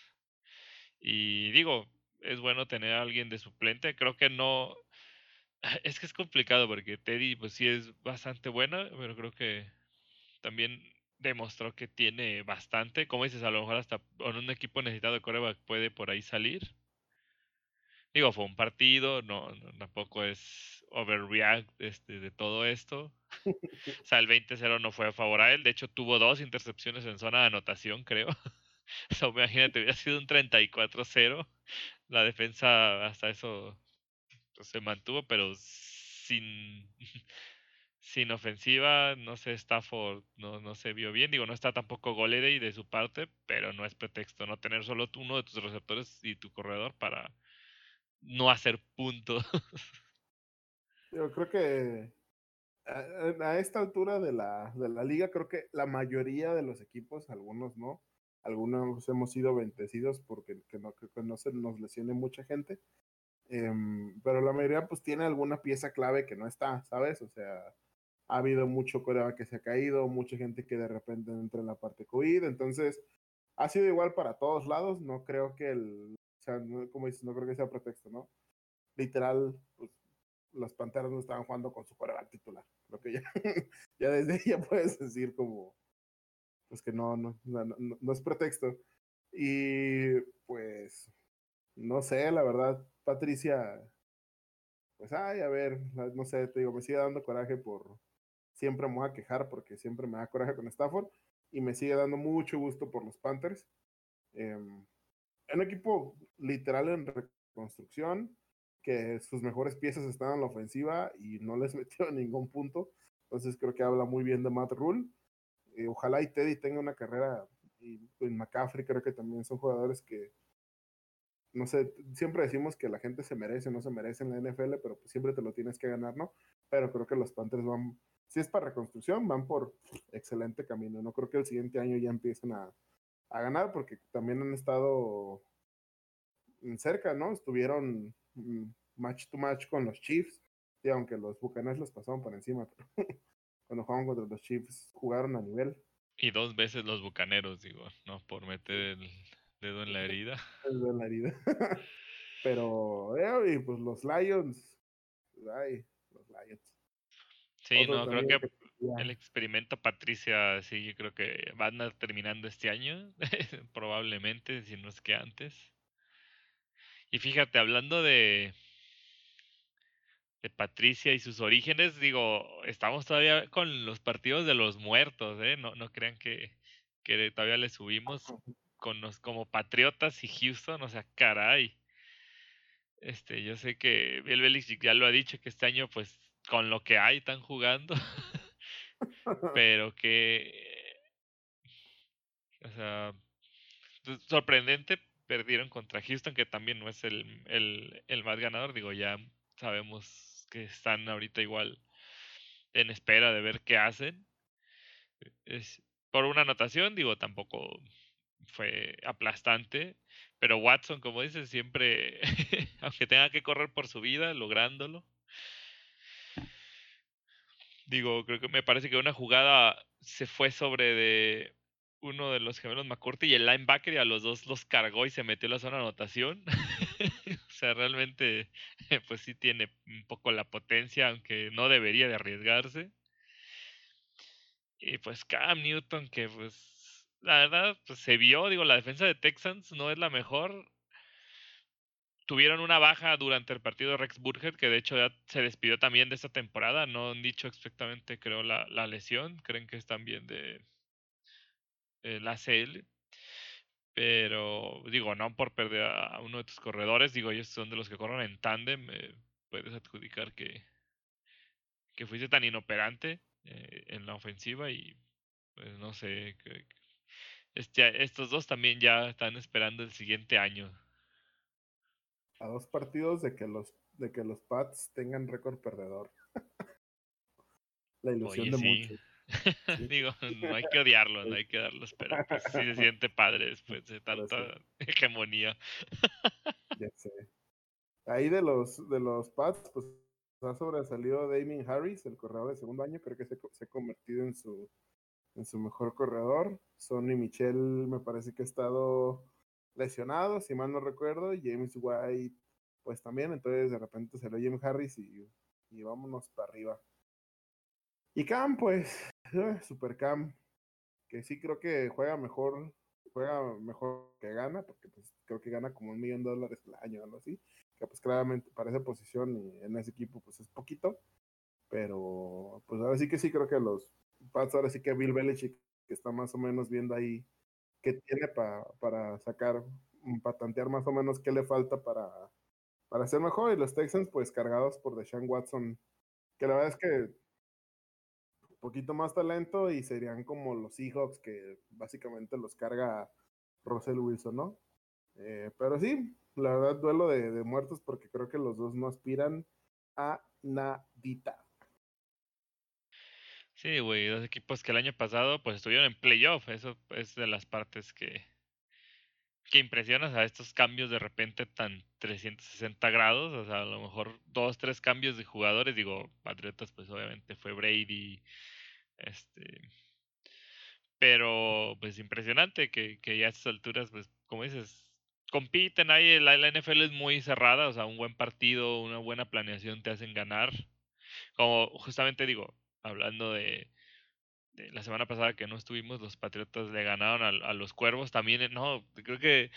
[SPEAKER 2] Y digo, es bueno tener a alguien de suplente. Creo que no. Es que es complicado porque Teddy, pues sí es bastante buena, pero creo que también demostró que tiene bastante. Como dices, a lo mejor hasta en un equipo necesitado de coreback puede por ahí salir. Digo, fue un partido, no, no tampoco es overreact este, de todo esto. O sea, el veinte cero no fue a favor a él. De hecho, tuvo dos intercepciones en zona de anotación, creo. O sea, imagínate, hubiera sido un treinta y cuatro cero. La defensa hasta eso pues, se mantuvo, pero sin, sin ofensiva. No sé, Stafford no, no se vio bien. Digo, no está tampoco Golladay de su parte, pero no es pretexto no tener solo uno de tus receptores y tu corredor para no hacer punto.
[SPEAKER 1] Yo creo que a, a esta altura de la, de la liga, creo que la mayoría de los equipos, algunos no, algunos hemos sido bendecidos porque que no, que no se nos lesione mucha gente, em, pero la mayoría pues tiene alguna pieza clave que no está, ¿sabes? O sea, ha habido mucho coreback que se ha caído, mucha gente que de repente entra en la parte COVID, entonces ha sido igual para todos lados, no creo que el, o sea, no, como dices, no creo que sea pretexto, ¿no? Literal, pues los Panteras no estaban jugando con su coreback titular. Creo que ya, ya desde ahí ya puedes decir como, pues que no, no, no, no, no es pretexto. Y pues, no sé, la verdad, Patricia, pues, ay, a ver, no sé, te digo, me sigue dando coraje por, siempre me voy a quejar porque siempre me da coraje con Stafford y me sigue dando mucho gusto por los Panthers. Eh, un equipo literal en reconstrucción, que sus mejores piezas están en la ofensiva y no les metió ningún punto. Entonces creo que habla muy bien de Matt Rule. Eh, ojalá y Teddy tenga una carrera, y pues, McCaffrey creo que también son jugadores que, no sé, siempre decimos que la gente se merece, no se merece en la N F L, pero pues siempre te lo tienes que ganar, ¿no? Pero creo que los Panthers van, si es para reconstrucción, van por excelente camino. No creo que el siguiente año ya empiecen a, a ganar, porque también han estado cerca, ¿no? Estuvieron mm, match to match con los Chiefs, y aunque los Buccaneers los pasaron por encima, pero cuando jugaban contra los Chiefs jugaron a nivel.
[SPEAKER 2] Y dos veces los bucaneros, digo, no por meter el dedo en la herida.
[SPEAKER 1] De la herida. Pero, eh, y pues los Lions, ay, los Lions.
[SPEAKER 2] Sí,
[SPEAKER 1] Otro
[SPEAKER 2] no, creo
[SPEAKER 1] también
[SPEAKER 2] que
[SPEAKER 1] que
[SPEAKER 2] el
[SPEAKER 1] ya,
[SPEAKER 2] experimento Patricia, sí, yo creo que van a terminando este año, probablemente, si no es que antes. Y fíjate, hablando de, de Patricia y sus orígenes, digo, estamos todavía con los partidos de los muertos, ¿eh? No, no crean que, que todavía le subimos con los, como Patriotas y Houston, o sea, caray. Este, yo sé que Bill Belichick ya lo ha dicho que este año, pues, con lo que hay están jugando, pero que, o sea, pues, sorprendente, perdieron contra Houston, que también no es el, el, el más ganador. Digo, ya sabemos que están ahorita igual en espera de ver qué hacen. Es, por una anotación, digo, tampoco fue aplastante, pero Watson, como dices, siempre, aunque tenga que correr por su vida, lográndolo. Digo, creo que me parece que una jugada se fue sobre de uno de los gemelos McCourty y el linebacker y a los dos los cargó y se metió en la zona de anotación. O sea, realmente, pues sí tiene un poco la potencia, aunque no debería de arriesgarse. Y pues Cam Newton, que pues la verdad, pues se vio, digo, la defensa de Texans no es la mejor. Tuvieron una baja durante el partido de Rex Burkhead, que de hecho ya se despidió también de esta temporada. No han dicho exactamente, creo, la, la lesión. Creen que es también de eh, la A C L. Pero digo, no por perder a uno de tus corredores. Digo, ellos son de los que corren en tándem. Eh, puedes adjudicar que, que fuiste tan inoperante eh, en la ofensiva y pues no sé. Que, este, estos dos también ya están esperando el siguiente año.
[SPEAKER 1] A dos partidos de que los, de que los Pats tengan récord perdedor. La ilusión
[SPEAKER 2] Oye,
[SPEAKER 1] de
[SPEAKER 2] sí.
[SPEAKER 1] muchos. Sí.
[SPEAKER 2] Digo, no hay que odiarlos, no hay que darlos, pero pues sí se siente padre después de
[SPEAKER 1] Ahora
[SPEAKER 2] tanta
[SPEAKER 1] sí,
[SPEAKER 2] hegemonía.
[SPEAKER 1] ya sé. Ahí de los, de los Pats, pues ha sobresalido Damien Harris, el corredor de segundo año, creo que se, se ha convertido en su, en su mejor corredor. Sonny Michel me parece que ha estado lesionado, si mal no recuerdo, y James White, pues también, entonces de repente salió James Harris y, y vámonos para arriba. Y Cam, pues, uh, Super Cam, que sí creo que juega mejor, juega mejor que gana, porque pues creo que gana como un millón de dólares al año o algo así, que pues claramente para esa posición y en ese equipo pues es poquito, pero pues ahora sí que sí creo que los Pats, ahora sí que Bill Belichick, que está más o menos viendo ahí qué tiene pa, para sacar, para tantear más o menos qué le falta para, para ser mejor, y los Texans pues cargados por Deshaun Watson, que la verdad es que un poquito más talento y serían como los Seahawks que básicamente los carga Russell Wilson, ¿no? Eh, pero sí, la verdad duelo de, de, muertos porque creo que los dos no aspiran a nadita.
[SPEAKER 2] Sí, güey, dos equipos que el año pasado pues estuvieron en playoff. Eso es de las partes que, que impresionas a estos cambios de repente tan trescientos sesenta grados. O sea, a lo mejor dos, tres cambios de jugadores. Digo, Patriotas pues obviamente fue Brady. Este, pero pues impresionante que, que ya a estas alturas, pues como dices, compiten ahí, la, la N F L es muy cerrada, o sea, un buen partido, una buena planeación te hacen ganar. Como justamente digo, hablando de, de la semana pasada que no estuvimos, los Patriotas le ganaron a, a los Cuervos también, eh, no, creo que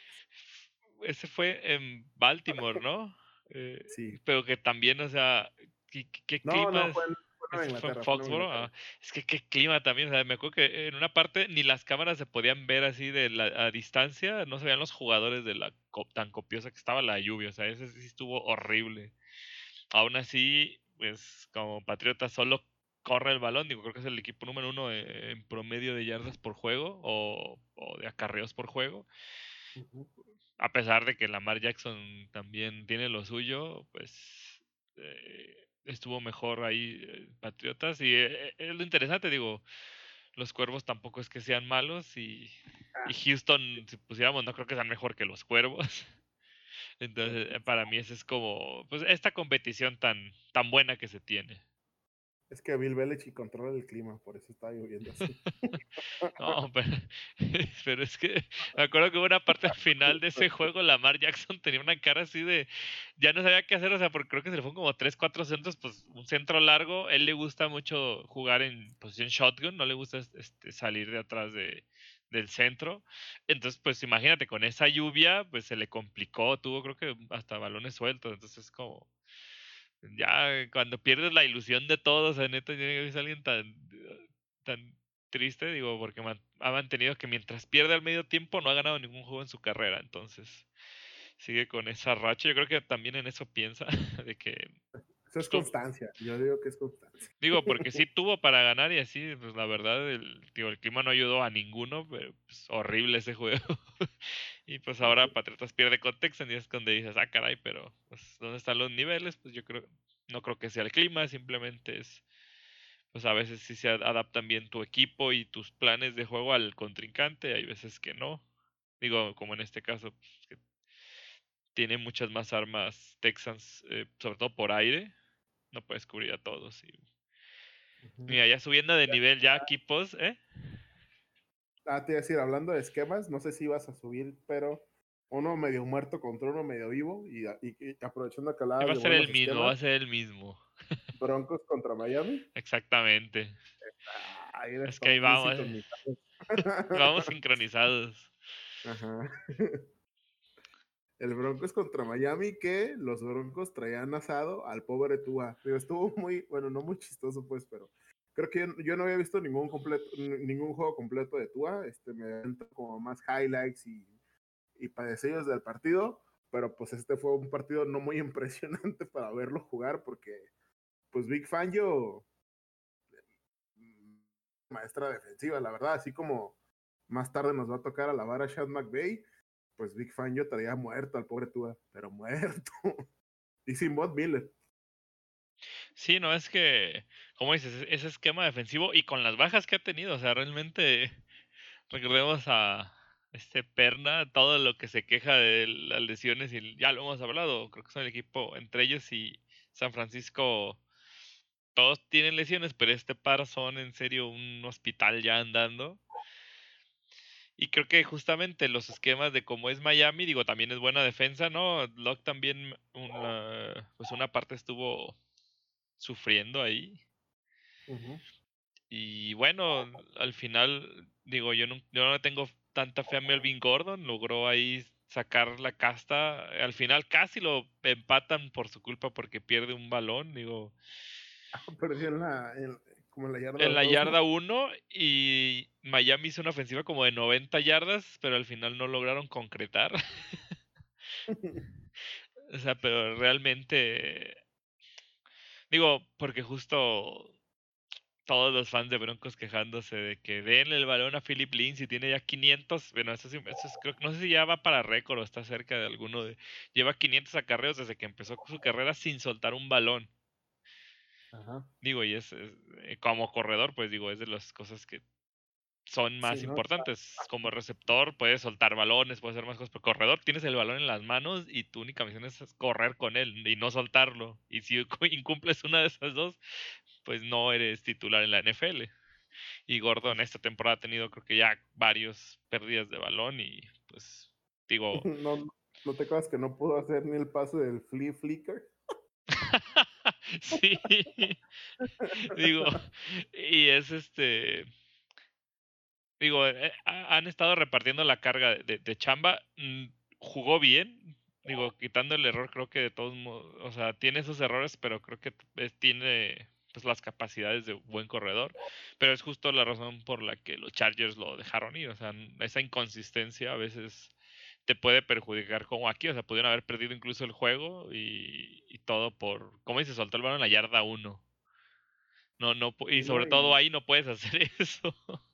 [SPEAKER 2] ese fue en Baltimore, ¿no? Eh,
[SPEAKER 1] Sí.
[SPEAKER 2] pero que también, o sea, ¿qué, qué- qué
[SPEAKER 1] No, no,
[SPEAKER 2] clima?
[SPEAKER 1] fue en, fue en Nueva
[SPEAKER 2] Ese fue en
[SPEAKER 1] Inglaterra, fue en Nueva
[SPEAKER 2] Foxborough.
[SPEAKER 1] Inglaterra.
[SPEAKER 2] Ah, es que qué clima también. O sea, me acuerdo que en una parte ni las cámaras se podían ver así de la, a distancia. No se veían los jugadores de la co- tan copiosa que estaba la lluvia. O sea, ese sí estuvo horrible. Aún así, pues como Patriota solo corre el balón. Digo, creo que es el equipo número uno eh, en promedio de yardas por juego o, o de acarreos por juego.
[SPEAKER 1] Uh-huh.
[SPEAKER 2] A pesar de que Lamar Jackson también tiene lo suyo, pues eh, estuvo mejor ahí eh, Patriotas. Y eh, es lo interesante, digo, los Cuervos tampoco es que sean malos y, y Houston, si pusiéramos, no creo que sean mejor que los Cuervos.
[SPEAKER 1] Pero
[SPEAKER 2] Entonces, eh,
[SPEAKER 1] quién
[SPEAKER 2] para mí
[SPEAKER 1] sabe.
[SPEAKER 2] ese es como, pues esta competición tan, tan buena que se tiene.
[SPEAKER 1] Es que Bill Belichick controla el clima, por eso está lloviendo así.
[SPEAKER 2] No, pero, pero es que me acuerdo que hubo una parte al final de ese juego, Lamar Jackson tenía una cara así de, ya no sabía qué hacer, o sea, porque creo que se le fueron como tres, cuatro centros, pues un centro largo, él le gusta mucho jugar en posición shotgun, no le gusta este, salir de atrás de, del centro, entonces pues imagínate, con esa lluvia, pues se le complicó, tuvo creo que hasta balones sueltos, entonces como, ya cuando pierdes la ilusión de todos, o sea, neta, tiene que ser alguien tan, tan triste, digo, porque man- ha mantenido que mientras pierde al medio tiempo no ha ganado ningún juego en su carrera, entonces sigue con esa racha. Yo creo que también en eso piensa, de que
[SPEAKER 1] Eso es
[SPEAKER 2] pues, tu-
[SPEAKER 1] constancia, yo digo que es constancia.
[SPEAKER 2] digo, porque sí tuvo para ganar y así, pues la verdad, el, digo, el clima no ayudó a ninguno, pero pues, horrible ese juego. Y pues ahora Patriotas pierde con Texans y es donde dices, ah, caray, pero pues, ¿dónde están los niveles? Pues yo creo, no creo que sea el clima, simplemente es pues a veces sí se adaptan bien tu equipo y tus planes de juego al contrincante, hay veces que no. Digo, como en este caso, pues, que tiene muchas más armas Texans, eh, sobre todo por aire, no puedes cubrir a todos. Y
[SPEAKER 1] Ujú.
[SPEAKER 2] Mira, ya subiendo de nivel ya equipos, ¿eh?
[SPEAKER 1] Ah, te iba a decir, hablando de esquemas, no sé si ibas a subir, pero uno medio muerto contra uno medio vivo, y, y- y aprovechando que
[SPEAKER 2] Va
[SPEAKER 1] hablabas
[SPEAKER 2] a
[SPEAKER 1] de
[SPEAKER 2] ser el
[SPEAKER 1] buenos
[SPEAKER 2] mismo, va
[SPEAKER 1] esquemas,
[SPEAKER 2] a ser el mismo.
[SPEAKER 1] Broncos contra Miami.
[SPEAKER 2] Exactamente.
[SPEAKER 1] Ah, ahí
[SPEAKER 2] Es que ahí
[SPEAKER 1] estamos bien
[SPEAKER 2] vamos,
[SPEAKER 1] sincronizados.
[SPEAKER 2] vamos sincronizados.
[SPEAKER 1] Ajá. El Broncos contra Miami, que los Broncos traían asado al pobre Tua. Digo, estuvo muy, bueno, no muy chistoso, pues, pero creo que yo, yo no había visto ningún completo, ningún juego completo de Tua. Este me entró como más highlights y, y padecillos del partido, pero pues este fue un partido no muy impresionante para verlo jugar, porque pues Big Fangio, maestra defensiva, la verdad, así como más tarde nos va a tocar alabar a Sean McVay, pues Big Fangio traía muerto al pobre Tua, pero muerto. Y sin Von Miller.
[SPEAKER 2] Sí, no es que, como dices, ese esquema defensivo y con las bajas que ha tenido, o sea, realmente recordemos a este Perna, todo lo que se queja de las lesiones y ya lo hemos hablado, creo que son el equipo entre ellos y San Francisco, todos tienen lesiones, pero este par son en serio un hospital ya andando. Y creo que justamente los esquemas de cómo es Miami, digo, también es buena defensa, ¿no? Locke también, una, pues una parte estuvo sufriendo ahí.
[SPEAKER 1] Ujú.
[SPEAKER 2] Y bueno, al final, digo, yo no, yo no tengo tanta fe a Melvin Gordon, logró ahí sacar la casta. Al final casi lo empatan por su culpa porque pierde un balón, digo,
[SPEAKER 1] Perdió en la, en- como en la yarda
[SPEAKER 2] en la
[SPEAKER 1] dos,
[SPEAKER 2] yarda
[SPEAKER 1] ¿no?
[SPEAKER 2] uno y Miami hizo una ofensiva como de noventa yardas, pero al final no lograron concretar. O sea, pero realmente, digo, porque justo todos los fans de Broncos quejándose de que denle el balón a Philip Lindsay, tiene ya quinientos, bueno, eso, sí- eso es- creo, no sé si ya va para récord o está cerca de alguno de, lleva quinientos acarreos desde que empezó su carrera sin soltar un balón.
[SPEAKER 1] Ajá.
[SPEAKER 2] Digo, y es, es, eh, como corredor, pues digo, es de las cosas que son
[SPEAKER 1] Sí,
[SPEAKER 2] más
[SPEAKER 1] no.
[SPEAKER 2] importantes. Como receptor puedes soltar balones, puedes hacer más cosas, pero corredor tienes el balón en las manos y tu única misión es correr con él y no soltarlo. Y si incumples una de esas dos, pues no eres titular en la N F L. Y Gordon esta temporada ha tenido creo que ya varios pérdidas de balón y pues digo,
[SPEAKER 1] No, no te acuerdas que no pudo hacer ni el pase del flea flicker.
[SPEAKER 2] sí, digo, y es este, digo, eh, ha- han estado repartiendo la carga de, de- de chamba, mm, jugó bien, digo, quitando el error creo que de todos modos, o sea, tiene esos errores, pero creo que es- tiene pues las capacidades de buen corredor, pero es justo la razón por la que los Chargers lo dejaron ir, o sea, esa inconsistencia a veces te puede perjudicar como aquí, o sea, pudieron haber perdido incluso el juego y, y todo por, ¿cómo dice? Soltó el balón en la yarda uno. No, no, pu- y
[SPEAKER 1] Sí, ¿no?
[SPEAKER 2] sobre todo
[SPEAKER 1] Y,
[SPEAKER 2] ahí no puedes hacer eso.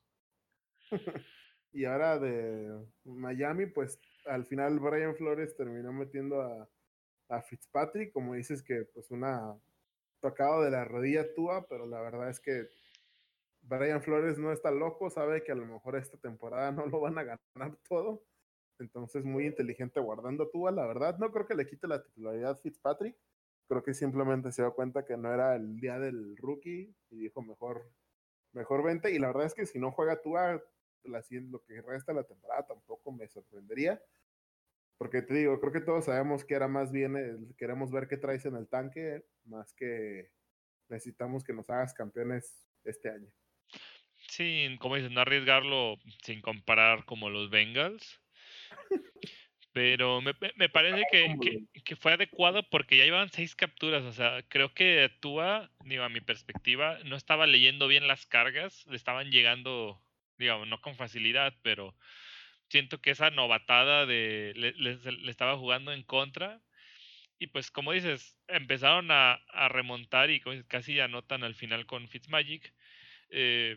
[SPEAKER 1] y ahora de Miami, pues al final Brian Flores terminó metiendo a, a Fitzpatrick, como dices que pues una tocado de la rodilla Tua, pero la verdad es que Brian Flores no está loco, sabe que a lo mejor esta temporada no lo van a ganar todo, entonces muy inteligente guardando Tua, la verdad, no creo que le quite la titularidad a Fitzpatrick, creo que simplemente se dio cuenta que no era el día del rookie y dijo mejor, mejor vente, y la verdad es que si no juega Tua, la, lo que resta de la temporada tampoco me sorprendería, porque te digo, creo que todos sabemos que era más bien, el, queremos ver qué traes en el tanque, más que necesitamos que nos hagas campeones este año.
[SPEAKER 2] Sin, como dices, no arriesgarlo sin comparar como los Bengals. Pero me, me- me parece que,
[SPEAKER 1] Como
[SPEAKER 2] que,
[SPEAKER 1] lo-
[SPEAKER 2] que fue adecuado porque ya llevaban seis capturas. O sea, creo que Tua, digo, a mi perspectiva, no estaba leyendo bien las cargas. Le estaban llegando, digamos, no con facilidad, pero siento que esa novatada de le, le- se- le estaba jugando en contra. Y pues, como dices, empezaron a, a remontar y como dices, casi anotan al final con Fitzmagic. eh,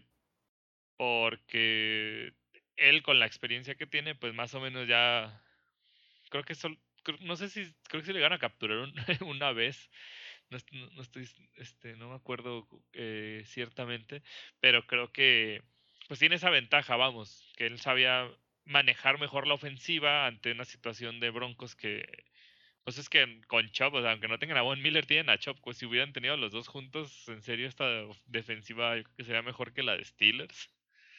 [SPEAKER 2] Porque él con la experiencia que tiene, pues más o menos ya creo que sol- creo- no sé si creo que se le gana a capturar un- una vez. No, est- no- no estoy este no me acuerdo eh, ciertamente, pero creo que pues tiene esa ventaja, vamos, que él sabía manejar mejor la ofensiva ante una situación de Broncos que Pues es que con Chop, o sea, aunque no tengan a Von Miller, tienen a Chop. Pues si hubieran tenido los dos juntos, en serio, esta defensiva yo creo que sería mejor que la de Steelers.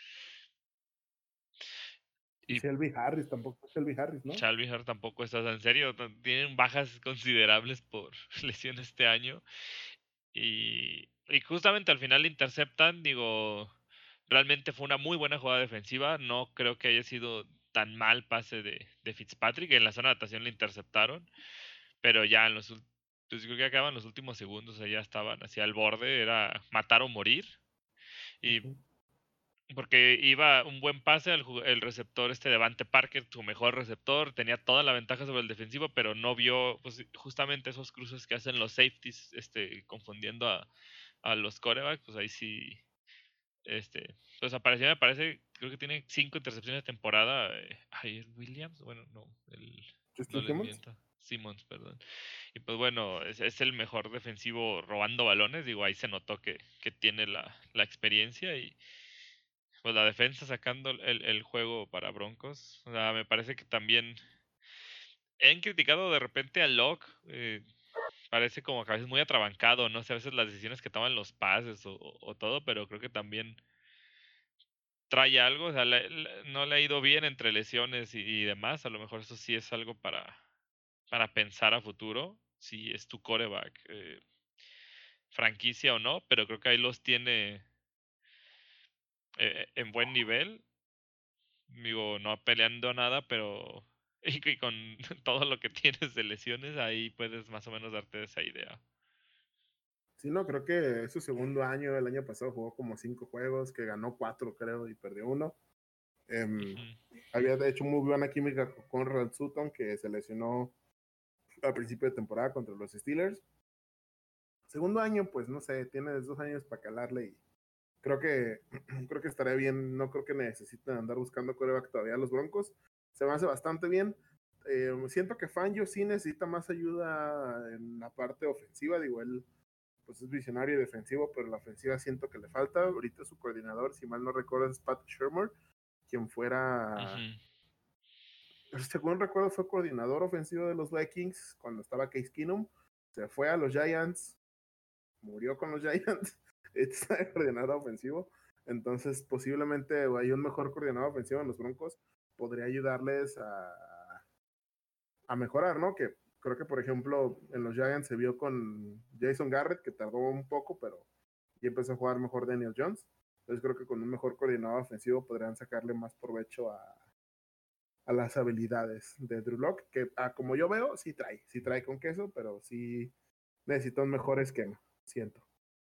[SPEAKER 1] Y
[SPEAKER 2] Y
[SPEAKER 1] Shelby Harris, tampoco es Shelby Harris, ¿no?
[SPEAKER 2] Shelby Harris tampoco está, en serio, tienen bajas considerables por lesión este año. Y, y justamente al final le interceptan, digo, realmente fue una muy buena jugada defensiva. No creo que haya sido tan mal pase de, de Fitzpatrick. En la zona de anotación le interceptaron, pero ya en los últimos, pues creo que acaban los últimos segundos, o sea, ya estaban hacia el borde, era matar o morir. Y
[SPEAKER 1] Ujú.
[SPEAKER 2] porque iba un buen pase al ju- el receptor este Devante Parker, su mejor receptor, tenía toda la ventaja sobre el defensivo, pero no vio pues, justamente esos cruces que hacen los safeties, este, confundiendo a, a los quarterbacks, pues ahí sí, este, pues apareció, me parece, creo que tiene cinco intercepciones de temporada. Eh, ahí es Williams, bueno, no, el, no
[SPEAKER 1] Justin
[SPEAKER 2] les
[SPEAKER 1] Simmons.
[SPEAKER 2] miento, Simmons, perdón. Y pues bueno, es, es el mejor defensivo robando balones, digo, ahí se notó que, que tiene la, la experiencia y pues la defensa sacando el, el juego para Broncos. O sea, me parece que también han criticado de repente a Locke. Eh, parece como que a veces muy atrabancado, no sé, a veces las decisiones que toman los pases o, o- o todo, pero creo que también trae algo. O sea, le- le- no le ha ido bien entre lesiones y, y demás. A lo mejor eso sí es algo para, para pensar a futuro, si es tu coreback eh, franquicia o no, pero creo que ahí los tiene eh, en buen nivel. Digo, no peleando nada, pero y, que con todo lo que tienes de lesiones, ahí puedes más o menos darte esa idea.
[SPEAKER 1] Sí, no, creo que es su segundo año. El año pasado jugó como cinco juegos, que ganó cuatro, creo, y perdió uno. Eh,
[SPEAKER 2] Ujú.
[SPEAKER 1] había de hecho muy buena química con Conrad Sutton, que se lesionó a principio de temporada contra los Steelers. Segundo año, pues no sé, tienes dos años para calarle y creo que creo que estaré bien. No creo que necesiten andar buscando coreback todavía los Broncos. Se me hace bastante bien. Eh, siento que Fangio sí necesita más ayuda en la parte ofensiva. Digo, él pues es visionario y defensivo, pero la ofensiva siento que le falta. Ahorita su coordinador, si mal no recuerdo, es Pat Shermer, quien fuera,
[SPEAKER 2] Ujú.
[SPEAKER 1] según recuerdo, fue coordinador ofensivo de los Vikings cuando estaba Case Keenum. Se fue a los Giants, murió con los Giants, está de coordinador ofensivo. Entonces, posiblemente hay un mejor coordinador ofensivo en los Broncos, podría ayudarles a, a mejorar, ¿no? Que creo que, por ejemplo, en los Giants se vio con Jason Garrett, que tardó un poco, pero y empezó a jugar mejor Daniel Jones. Entonces creo que con un mejor coordinador ofensivo podrían sacarle más provecho a, a las habilidades de Drew Lock, que ah, como yo veo, sí trae, sí trae con queso, pero sí necesita un mejor esquema, siento.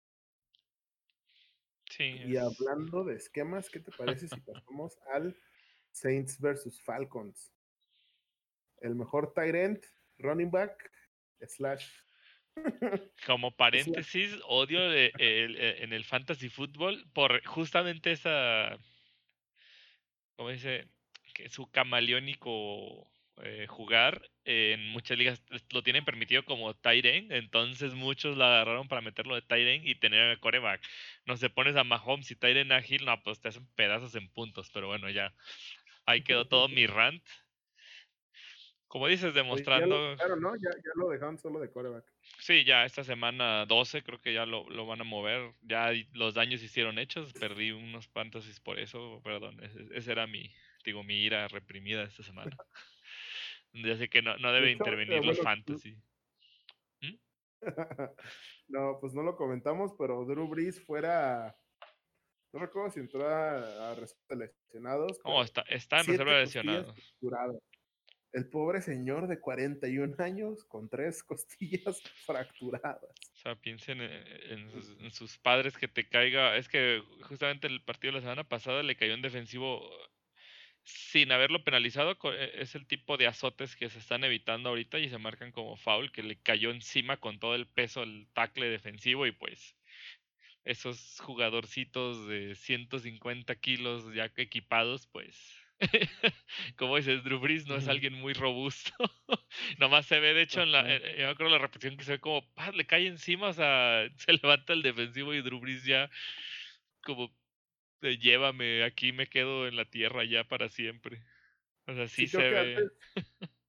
[SPEAKER 2] Sí,
[SPEAKER 1] Y
[SPEAKER 2] es.
[SPEAKER 1] hablando de esquemas, ¿qué te parece si pasamos al Saints versus Falcons? El mejor tight end, running back, slash,
[SPEAKER 2] Como
[SPEAKER 1] slash.
[SPEAKER 2] paréntesis, odio de- el- el- en el fantasy fútbol por justamente esa, ¿cómo dice? Que su camaleónico eh, jugar. En muchas ligas lo tienen permitido como tight end, entonces muchos lo agarraron para meterlo de tight end y tener el coreback. No se pones a Mahomes y tight end ágil, no, pues te hacen pedazos en puntos, pero bueno, ya ahí quedó todo mi rant. Como dices,
[SPEAKER 1] Oye, ya lo
[SPEAKER 2] demostrando,
[SPEAKER 1] quitaron, ¿no? Ya, ya lo dejaron solo de coreback.
[SPEAKER 2] sí, ya esta semana doce creo que ya lo, lo van a mover, ya los daños hicieron hechos, perdí unos fantasies por eso, perdón, ese, ese era mi, digo, mi ira reprimida esta semana. Ya sé que no, no
[SPEAKER 1] De
[SPEAKER 2] debe
[SPEAKER 1] hecho, eh,
[SPEAKER 2] intervenir los
[SPEAKER 1] bueno,
[SPEAKER 2] fantasy. ¿Mm?
[SPEAKER 1] no, pues no lo comentamos, pero Drew Brees fuera, no recuerdo si entró a, a reserva de lesionados,
[SPEAKER 2] Oh,
[SPEAKER 1] pero
[SPEAKER 2] está, está en reserva
[SPEAKER 1] siete
[SPEAKER 2] de
[SPEAKER 1] costillas
[SPEAKER 2] lesionados.
[SPEAKER 1] fracturadas. El pobre señor de cuarenta y un años con tres costillas fracturadas.
[SPEAKER 2] O sea, piensen en, en sus, en sus padres que te caiga. Es que justamente el partido de la semana pasada le cayó un defensivo sin haberlo penalizado. co- e- Es el tipo de azotes que se están evitando ahorita y se marcan como foul, que le cayó encima con todo el peso el tackle defensivo y pues esos jugadorcitos de ciento cincuenta kilos ya equipados, pues, como dices, Drew Brees no es alguien muy robusto. Nomás se ve, de hecho, en la,
[SPEAKER 1] Ajá.
[SPEAKER 2] eh, yo me acuerdo la repetición que se ve como, ¡pah! Le cae encima, o sea, se levanta el defensivo y Drew Brees ya como, eh, llévame, aquí me quedo en la tierra ya para siempre. O sea, sí
[SPEAKER 1] Sí, creo
[SPEAKER 2] se
[SPEAKER 1] que
[SPEAKER 2] ve.
[SPEAKER 1] antes,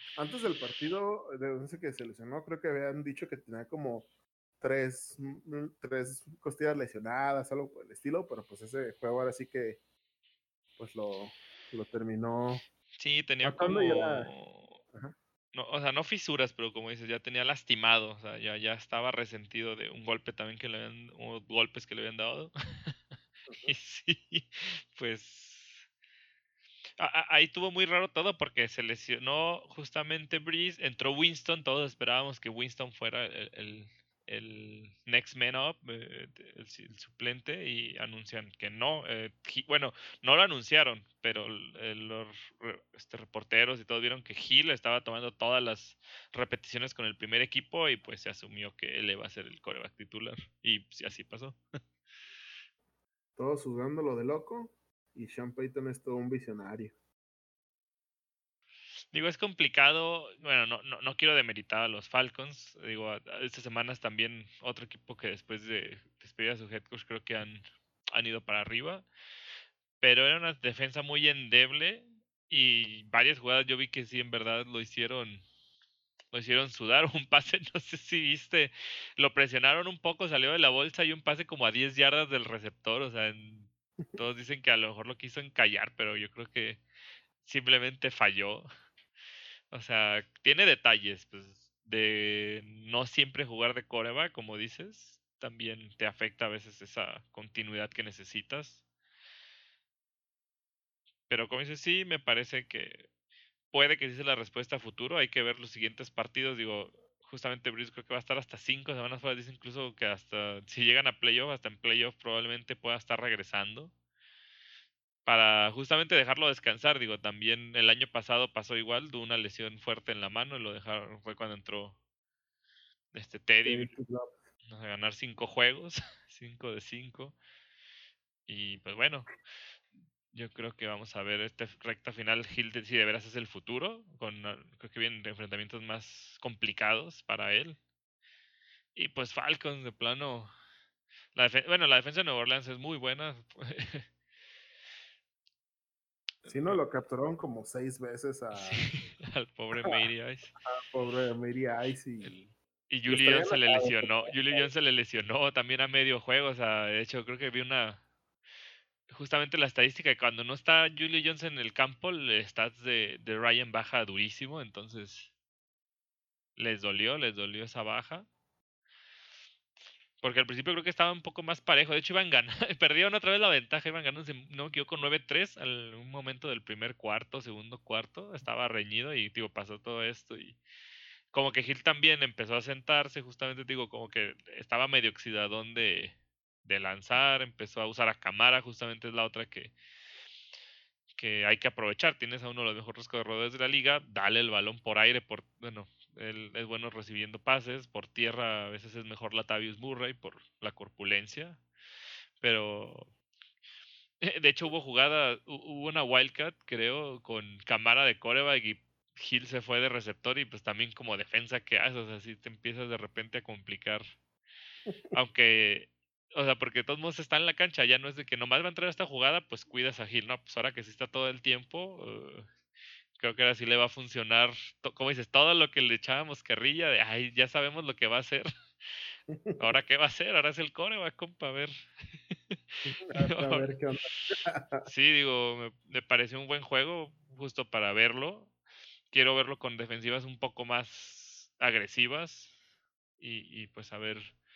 [SPEAKER 1] Antes del partido, de no sé que se lesionó, creo que habían dicho que tenía como tres, mm, tres costillas lesionadas, algo por el estilo, pero pues ese juego ahora sí que pues lo, lo terminó
[SPEAKER 2] Sí, tenía
[SPEAKER 1] matando y era...
[SPEAKER 2] como...
[SPEAKER 1] Ajá.
[SPEAKER 2] No, o sea, no fisuras, pero como dices, ya tenía lastimado, o sea, ya, ya estaba resentido de un golpe también que le habían, o golpes que le habían dado. Y sí, pues a- a- ahí tuvo muy raro todo porque se lesionó justamente Breeze, entró Winston, todos esperábamos que Winston fuera el, el- el next man up, eh, el, si- el suplente, y anuncian que no. eh, Hi- bueno, no lo anunciaron, pero el- el- los re- este, reporteros y todos vieron que Hill estaba tomando todas las repeticiones con el primer equipo y pues se asumió que él iba a ser el coreback titular. Y sí, así pasó.
[SPEAKER 1] Todos sudándolo de loco y Sean Payton es todo un visionario.
[SPEAKER 2] Digo, es complicado. Bueno, no, no, no quiero demeritar a los Falcons. Digo, a- a estas semanas también otro equipo que después de despedir a su head coach creo que han, han ido para arriba. Pero era una defensa muy endeble y varias jugadas yo vi que sí, en verdad lo hicieron, lo hicieron sudar. Un pase, no sé si viste, lo presionaron un poco, salió de la bolsa y un pase como a diez yardas del receptor. O sea, en- todos dicen que a lo mejor lo quiso encallar, pero yo creo que simplemente falló. O sea, tiene detalles, pues, de no siempre jugar de coreback, como dices. También te afecta a veces esa continuidad que necesitas. Pero como dices, sí, me parece que puede que sí sea la respuesta a futuro. Hay que ver los siguientes partidos. Digo, justamente Breeze creo que va a estar hasta cinco semanas fuera. Dice incluso que hasta si llegan a playoff, hasta en playoff probablemente pueda estar regresando. Para justamente dejarlo descansar. Digo, también el año pasado pasó igual, tuvo una lesión fuerte en la mano y lo dejaron, fue cuando entró este Teddy
[SPEAKER 1] Teddy Two Gloves.
[SPEAKER 2] a ganar cinco juegos, cinco de cinco. Y pues bueno, yo creo que vamos a ver este recta final. Hill de- si de veras es el futuro, con ah, creo que vienen enfrentamientos más complicados para él. Y pues Falcons de plano. La defen- bueno, la defensa de Nueva Orleans es muy buena.
[SPEAKER 1] Si no, lo capturaron como seis veces
[SPEAKER 2] Sí,
[SPEAKER 1] a,
[SPEAKER 2] al pobre Matty Ice.
[SPEAKER 1] a pobre Mary Ice
[SPEAKER 2] El-
[SPEAKER 1] y,
[SPEAKER 2] y
[SPEAKER 1] y
[SPEAKER 2] Julio
[SPEAKER 1] está bien
[SPEAKER 2] Jones se le
[SPEAKER 1] enojado.
[SPEAKER 2] lesionó. Julio Jones se le lesionó también a medio juego. O sea, de hecho, creo que vi una, justamente la estadística de cuando no está Julio Jones en el campo, el stats de, de Ryan baja durísimo, entonces les dolió, les dolió esa baja. Porque al principio creo que estaba un poco más parejo, de hecho iban ganando, perdieron otra vez la ventaja, iban ganando, si no me equivoco, nueve tres al un momento del primer cuarto, segundo cuarto, estaba reñido y digo, pasó todo esto y como que Hill también empezó a sentarse, justamente digo, como que estaba medio oxidadón de, de lanzar, empezó a usar a Camara, justamente es la otra que que hay que aprovechar. Tienes a uno de los mejores corredores de la liga, dale el balón por aire, por bueno, él es bueno recibiendo pases, por tierra a veces es mejor Latavius Murray por la corpulencia, pero de hecho hubo jugada, hubo una wildcat, creo, con Camara de coreback y Hill se fue de receptor y pues también como defensa que haces, o sea, si te empiezas de repente a complicar, aunque o sea, porque de todos modos está en la cancha, ya no es de que nomás va a entrar a esta jugada, pues cuidas a Hill, no, pues ahora que sí está todo el tiempo, uh, creo que ahora sí le va a funcionar, to- como dices, todo lo que le echábamos carrilla de, ay, ya sabemos lo que va a hacer. Ahora qué va a hacer, ahora es el coreback, compa, a ver.
[SPEAKER 1] A
[SPEAKER 2] Ahora-
[SPEAKER 1] ver qué onda.
[SPEAKER 2] sí, digo, me, me pareció un buen juego, justo para verlo. Quiero verlo con defensivas un poco más agresivas y, y pues a ver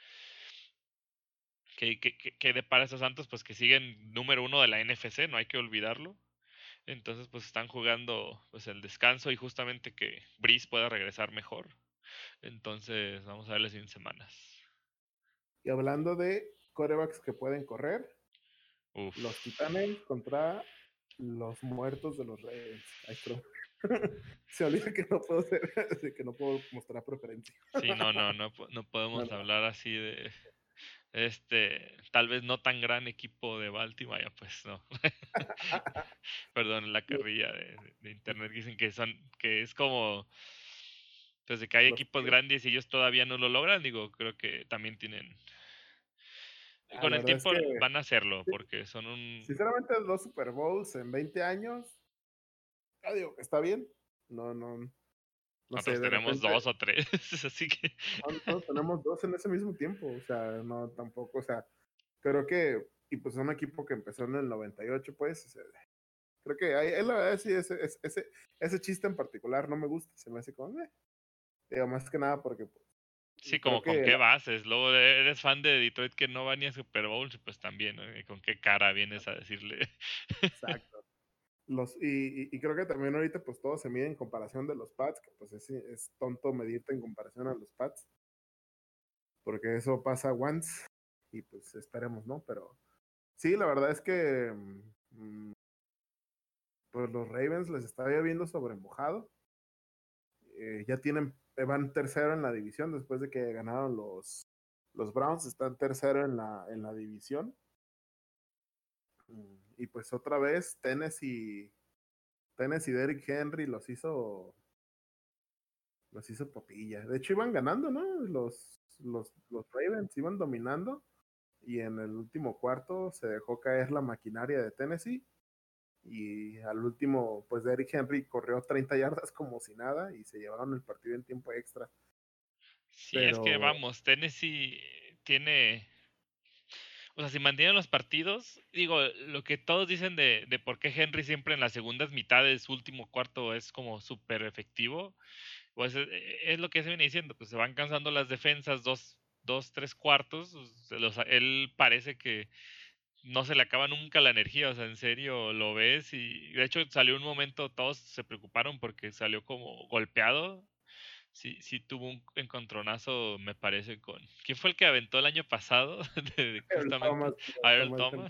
[SPEAKER 2] qué, qué, qué, qué depara esos Santos, pues que siguen número uno de la N F C, no hay que olvidarlo. Entonces, pues están jugando pues el descanso y justamente que Breeze pueda regresar mejor. Entonces, vamos a verles en semanas.
[SPEAKER 1] Y hablando de corebacks que pueden correr,
[SPEAKER 2] Uf.
[SPEAKER 1] los Titanes contra los muertos de los Ravens. Ay, perdón. Se olvida que no puedo ser, que no puedo mostrar preferencia.
[SPEAKER 2] Sí, no, no, no, po- no
[SPEAKER 1] No,
[SPEAKER 2] podemos
[SPEAKER 1] no.
[SPEAKER 2] hablar así de este, tal vez no tan gran equipo de Baltimore, ya pues no. Perdón, la carrilla de, de- de internet que dicen que son, que es como, pues de que hay
[SPEAKER 1] Los
[SPEAKER 2] equipos grandes y ellos todavía no lo logran, digo, creo que también tienen,
[SPEAKER 1] Ah,
[SPEAKER 2] con
[SPEAKER 1] la
[SPEAKER 2] el
[SPEAKER 1] verdad es
[SPEAKER 2] tiempo
[SPEAKER 1] que,
[SPEAKER 2] van a hacerlo, porque son un,
[SPEAKER 1] sinceramente, dos Super Bowls en veinte años, ya digo que está bien. No, no. No sé,
[SPEAKER 2] Nosotros
[SPEAKER 1] de
[SPEAKER 2] tenemos
[SPEAKER 1] repente
[SPEAKER 2] dos o tres, así que...
[SPEAKER 1] no- todos tenemos dos en ese mismo tiempo, o sea, no tampoco, o sea, creo que, y pues es un equipo que empezó en el noventa y ocho, pues, o sea, creo que hay, es la verdad, sí, ese, ese, ese, ese chiste en particular no me gusta, se me hace como, eh, digo, más que nada porque pues,
[SPEAKER 2] Sí,
[SPEAKER 1] creo
[SPEAKER 2] como con
[SPEAKER 1] que
[SPEAKER 2] qué
[SPEAKER 1] la-
[SPEAKER 2] bases. Luego de- eres fan de Detroit que no va ni a Super Bowls, pues también, ¿no? ¿Y con qué cara vienes a decirle?
[SPEAKER 1] exacto. Los, y, y, y creo que también ahorita pues todo se mide en comparación de los Pats, que pues es, es tonto medirte en comparación a los Pats, porque eso pasa once y pues esperemos, ¿no? Pero sí, la verdad es que mm, pues los Ravens les está viendo sobremojado. Eh, ya tienen, eh, van tercero en la división después de que ganaron los, los Browns, están tercero en la, en la división. Mm, Y pues otra vez Tennessee, Tennessee Derrick Henry los hizo, los hizo papilla. De hecho iban ganando, ¿no? Los, los, los Ravens iban dominando y en el último cuarto se dejó caer la maquinaria de Tennessee y al último, pues Derrick Henry corrió treinta yardas como si nada y se llevaron el partido en tiempo extra.
[SPEAKER 2] Sí, es que
[SPEAKER 1] Pero
[SPEAKER 2] vamos, Tennessee tiene... O sea, si mantienen los partidos, digo, lo que todos dicen de, de por qué Henry siempre en las segundas mitades, último cuarto, es como súper efectivo, pues es, es lo que se viene diciendo, pues se van cansando las defensas dos, dos tres cuartos, se los- él parece que no se le acaba nunca la energía, o sea, en serio lo ves y de hecho salió un momento, todos se preocuparon porque salió como golpeado. Sí, sí tuvo un encontronazo, me parece, con... ¿Quién fue el que aventó el año pasado? De-
[SPEAKER 1] el
[SPEAKER 2] justamente
[SPEAKER 1] Thomas,
[SPEAKER 2] a Earl
[SPEAKER 1] Thomas,
[SPEAKER 2] Thomas.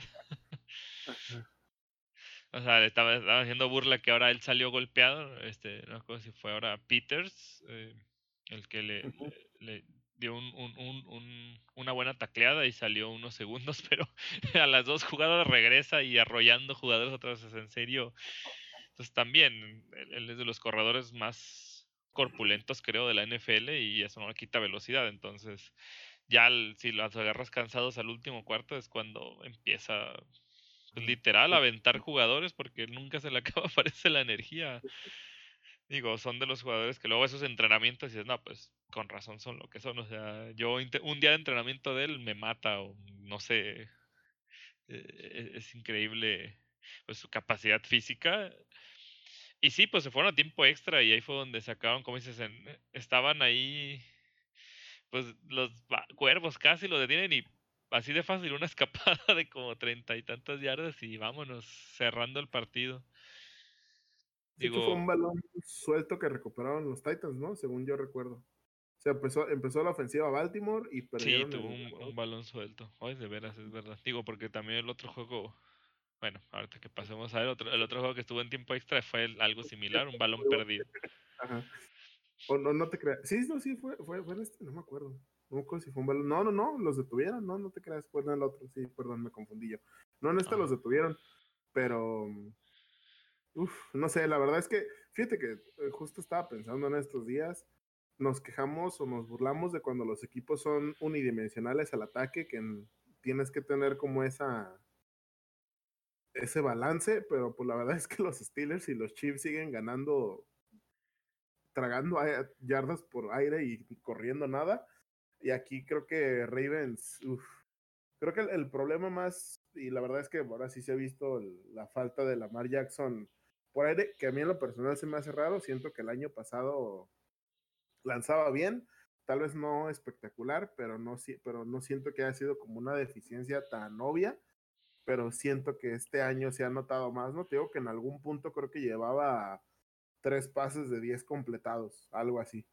[SPEAKER 2] O sea, le estaba, estaba haciendo burla que ahora él salió golpeado. Este, no recuerdo si fue ahora Peters, eh, el que le,
[SPEAKER 1] uh-huh.
[SPEAKER 2] le, le dio un, un, un, un- una buena tacleada y salió unos segundos, pero a las dos jugadas regresa y arrollando jugadores otra vez. En serio, entonces también él, él es de los corredores más corpulentos, creo, de la N F L y eso no le quita velocidad. Entonces, ya al- si los agarras cansados al último cuarto es cuando empieza, pues, literal, a aventar jugadores porque nunca se le acaba, parece la energía. Digo, son de los jugadores que luego esos entrenamientos y dices, no, pues con razón son lo que son. O sea, yo inte- un día de entrenamiento de él me mata o no sé, eh, es increíble pues su capacidad física. Y sí, pues se fueron a tiempo extra y ahí fue donde sacaron, como dices, en- estaban ahí, pues los va- cuervos casi lo detienen y así de fácil una escapada de como treinta y tantas yardas y vámonos cerrando el partido.
[SPEAKER 1] De hecho, fue un
[SPEAKER 2] Digo,
[SPEAKER 1] balón suelto que recuperaron los Titans, ¿no? Según yo recuerdo. O sea, empezó, empezó la ofensiva Baltimore y
[SPEAKER 2] sí,
[SPEAKER 1] perdieron
[SPEAKER 2] tuvo
[SPEAKER 1] el
[SPEAKER 2] un,
[SPEAKER 1] balón.
[SPEAKER 2] un balón suelto. Ay, de veras, es verdad. Digo, porque también el otro juego, bueno, ahorita que pasemos a ver, otro, el otro juego que estuvo en tiempo extra fue el- algo similar, un balón perdido.
[SPEAKER 1] Ajá. O no, no te creas. Sí, no, sí, fue, fue, fue en este, no me acuerdo. No me acuerdo si fue un balón. No, no, no, los detuvieron. No, no te creas, fue en el otro. Sí, perdón, me confundí yo. No, en este
[SPEAKER 2] Ah,
[SPEAKER 1] los detuvieron, pero uf, no sé, la verdad es que, fíjate que eh, justo estaba pensando en estos días, nos quejamos o nos burlamos de cuando los equipos son unidimensionales al ataque, que en- tienes que tener como esa, ese balance, pero pues la verdad es que los Steelers y los Chiefs siguen ganando, tragando a- yardas por aire y corriendo nada. Y aquí creo que Ravens, uf, creo que el, el problema más, y la verdad es que ahora sí se ha visto el- la falta de Lamar Jackson por aire, que a mí en lo personal se me hace raro, siento que el año pasado lanzaba bien, tal vez no espectacular, pero no, si- pero no siento que haya sido como una deficiencia tan obvia, pero siento que este año se ha notado más, ¿no? Te digo que en algún punto creo que llevaba tres pases de diez completados, algo así.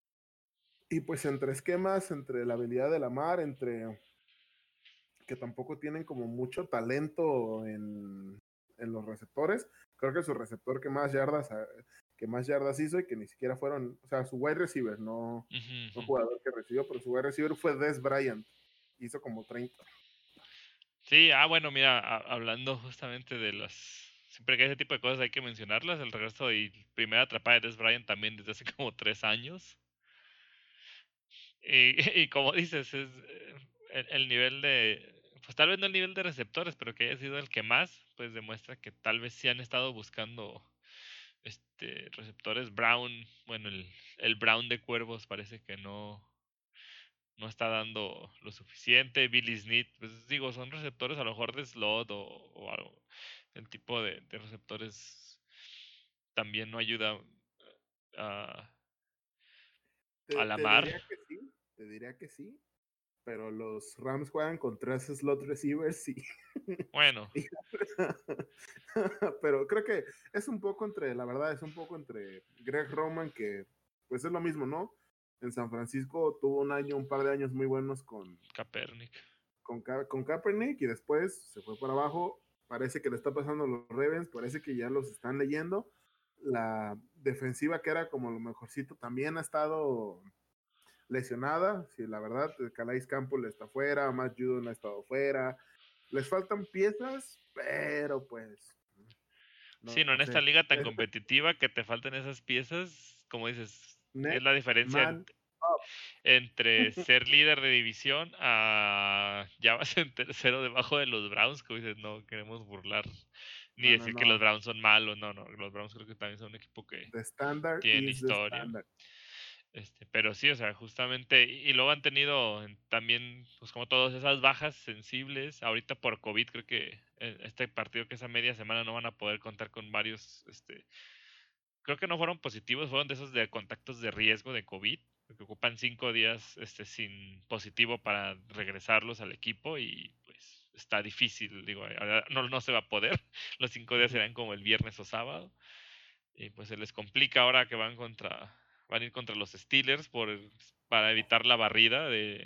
[SPEAKER 1] Y pues entre esquemas, entre la habilidad de Lamar, entre que tampoco tienen como mucho talento en, en los receptores. Creo que su receptor que más yardas que más yardas hizo y que ni siquiera fueron, o sea, su wide receiver, no,
[SPEAKER 2] ujú,
[SPEAKER 1] no
[SPEAKER 2] ujú.
[SPEAKER 1] jugador que recibió, pero su wide receiver fue Des Bryant. Hizo como treinta.
[SPEAKER 2] Sí, ah, bueno, mira, a- hablando justamente de las... Siempre que hay ese tipo de cosas hay que mencionarlas. El regreso y primera atrapada de Des Bryant también desde hace como tres años. Y, y como dices, es eh, el, el nivel de... Pues tal vez no el nivel de receptores, pero que haya sido el que más, pues demuestra que tal vez sí han estado buscando este receptores. Brown, bueno, el, el Brown de Cuervos parece que no, no está dando lo suficiente. Billy Smith, pues digo, son receptores a lo mejor de slot o, o algo. El tipo de, de receptores también no ayuda a, a
[SPEAKER 1] Te,
[SPEAKER 2] la
[SPEAKER 1] te
[SPEAKER 2] mar.
[SPEAKER 1] diría que sí, te diría que sí, pero los Rams juegan con tres slot receivers y,
[SPEAKER 2] Bueno,
[SPEAKER 1] y- pero creo que es un poco entre, la verdad, es un poco entre Greg Roman, que pues es lo mismo, ¿no? En San Francisco tuvo un año, un par de años muy buenos con,
[SPEAKER 2] Kaepernick.
[SPEAKER 1] con, Ka- con Kaepernick y después se fue para abajo. Parece que le está pasando a los Ravens, parece que ya los están leyendo. La defensiva, que era como lo mejorcito, también ha estado lesionada. Sí, la verdad, Calais Campbell está fuera, Matt Judon ha estado fuera. Les faltan piezas, pero pues, no,
[SPEAKER 2] Sí, no,
[SPEAKER 1] no
[SPEAKER 2] en esta
[SPEAKER 1] sé.
[SPEAKER 2] liga tan competitiva que te faltan esas piezas, como dices, es la
[SPEAKER 1] Next
[SPEAKER 2] diferencia
[SPEAKER 1] man
[SPEAKER 2] ent-
[SPEAKER 1] up.
[SPEAKER 2] entre ser líder de división a ya vas en tercero debajo de los Browns, que dices, no queremos burlar ni
[SPEAKER 1] No, no,
[SPEAKER 2] decir que los
[SPEAKER 1] no.
[SPEAKER 2] Browns son malos, no, no, los Browns creo que también son un equipo que
[SPEAKER 1] The standard
[SPEAKER 2] tiene
[SPEAKER 1] is the
[SPEAKER 2] historia.
[SPEAKER 1] standard.
[SPEAKER 2] Este, pero sí, o sea, justamente, y, y luego han tenido en- también, pues como todas esas bajas sensibles, ahorita por COVID, creo que eh, este partido que es a media semana no van a poder contar con varios, este, creo que no fueron positivos, fueron de esos de contactos de riesgo de COVID, que ocupan cinco días, este, sin positivo para regresarlos al equipo y pues está difícil, digo, ahora no, no se va a poder, los cinco días
[SPEAKER 1] Ujú.
[SPEAKER 2] serán como el viernes o sábado y pues se les complica ahora que van contra van a ir contra los Steelers por para evitar la barrida de,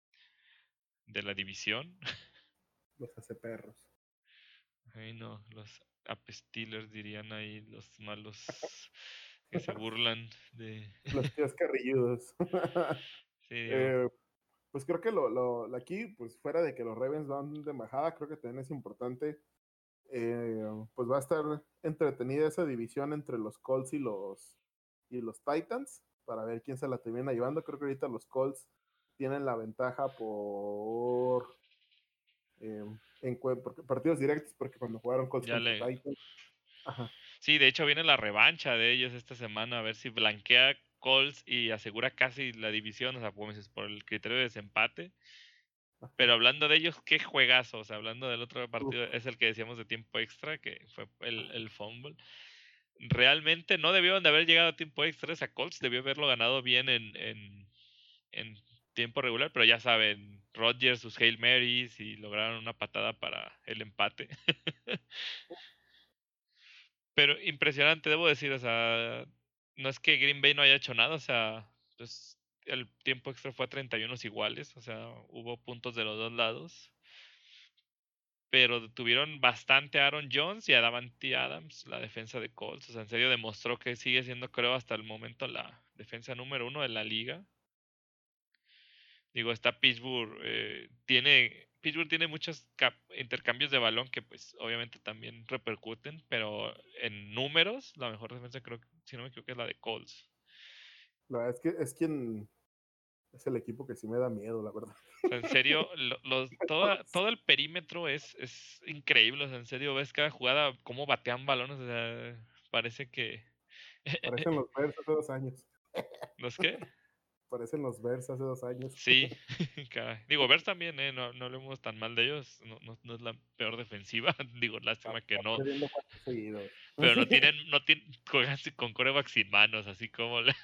[SPEAKER 2] de la división.
[SPEAKER 1] Los hace perros.
[SPEAKER 2] Ay, no, los App Steelers dirían ahí los malos que se burlan de
[SPEAKER 1] Los tíos carrilludos.
[SPEAKER 2] sí, digo,
[SPEAKER 1] Eh, pues creo que lo, lo, aquí, pues fuera de que los Ravens van de embajada, creo que también es importante. Eh, pues va a estar entretenida esa división entre los Colts y los, y los Titans para ver quién se la termina llevando. Creo que ahorita los Colts tienen la ventaja por eh, en, porque, partidos directos, porque cuando jugaron Colts
[SPEAKER 2] ya
[SPEAKER 1] contra
[SPEAKER 2] le
[SPEAKER 1] Titans, ajá.
[SPEAKER 2] sí, de hecho viene la revancha de ellos esta semana a ver si blanquea Colts y asegura casi la división, o sea, pues, por el criterio de desempate. Pero hablando de ellos, qué juegazo. O sea, hablando del otro
[SPEAKER 1] Uf,
[SPEAKER 2] partido, es el que decíamos de tiempo extra, que fue el, el fumble. Realmente no debieron de haber llegado a tiempo extra. Esa Colts debió haberlo ganado bien en, en, en tiempo regular, pero ya saben, Rodgers, sus Hail Marys y lograron una patada para el empate. Pero impresionante, debo decir, o sea, no es que Green Bay no haya hecho nada, o sea, pues el tiempo extra fue a treinta y uno iguales, o sea, hubo puntos de los dos lados. Pero tuvieron bastante a Aaron Jones y a Davante Adams, la defensa de Colts. O sea, en serio demostró que sigue siendo, creo, hasta el momento la defensa número uno de la liga. Digo, está Pittsburgh, eh, tiene, Pittsburgh tiene muchos cap- intercambios de balón que pues obviamente también repercuten, pero en números, la mejor defensa creo, que, si no me equivoco, es la de Colts.
[SPEAKER 1] la verdad es que es quien es el equipo que sí me da miedo, la verdad.
[SPEAKER 2] O sea, en serio, lo- los, toda, todo el perímetro es, es increíble. O sea, en serio, ves cada jugada, cómo batean balones. O sea, parece que...
[SPEAKER 1] Parecen los Bears hace dos años.
[SPEAKER 2] ¿Los qué?
[SPEAKER 1] Parecen los Bears hace dos años.
[SPEAKER 2] Sí, caray. Digo, Bears también, ¿eh? No, no hablemos tan mal de ellos. No, no, no es la peor defensiva. Digo,
[SPEAKER 1] Está,
[SPEAKER 2] lástima que
[SPEAKER 1] está
[SPEAKER 2] no.
[SPEAKER 1] perdiendo juegos seguidos.
[SPEAKER 2] Pero no tienen, no tienen, juegan con corebacks sin manos, así como la-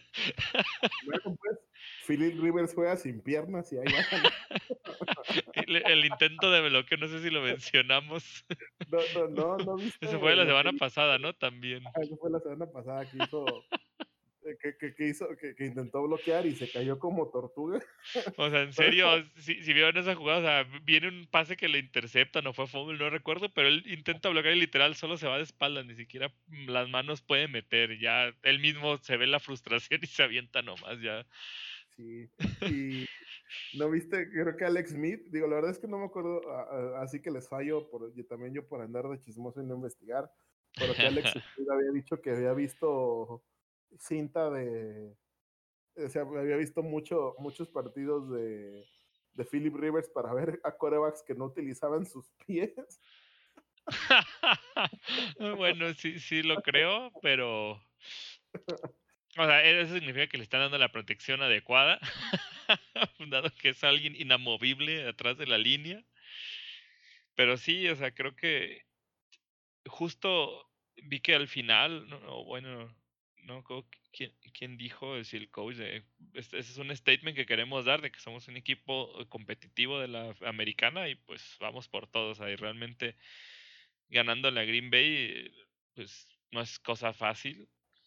[SPEAKER 1] Bueno, pues, Philip Rivers juega sin piernas y ahí va ganando.
[SPEAKER 2] el, el intento de bloqueo, no sé si lo mencionamos.
[SPEAKER 1] No, no, no, no
[SPEAKER 2] Eso fue
[SPEAKER 1] viste
[SPEAKER 2] la
[SPEAKER 1] lo que
[SPEAKER 2] semana
[SPEAKER 1] hizo.
[SPEAKER 2] pasada, ¿no? También.
[SPEAKER 1] Ah, eso fue la semana pasada que hizo, eh, que, que, que hizo, que, que intentó bloquear y se cayó como tortuga.
[SPEAKER 2] O sea, en serio, si, si vieron esa jugada, o sea, viene un pase que le intercepta, no fue fumble, no recuerdo, pero él intenta bloquear y literal solo se va de espaldas, ni siquiera las manos puede meter, ya él mismo se ve la frustración y se avienta nomás, ya.
[SPEAKER 1] Sí, y no viste, creo que Alex Smith, digo, la verdad es que no me acuerdo, a- a- así que les fallo, por, yo también yo por andar de chismoso y no investigar, pero que Alex Smith había dicho que había visto cinta de, o sea, había visto mucho, muchos partidos de, de Philip Rivers para ver a quarterbacks que no utilizaban sus pies.
[SPEAKER 2] Bueno, sí, sí lo creo, pero... O sea, eso significa que le están dando la protección adecuada, dado que es alguien inamovible atrás de la línea. Pero sí, o sea, creo que justo vi que al final, no, no, bueno, no creo que- quién, quién dijo, si el coach, de, este, ese es un statement que queremos dar de que somos un equipo competitivo de la americana y pues vamos por todos ahí. Realmente ganándole a Green Bay, pues no es cosa fácil.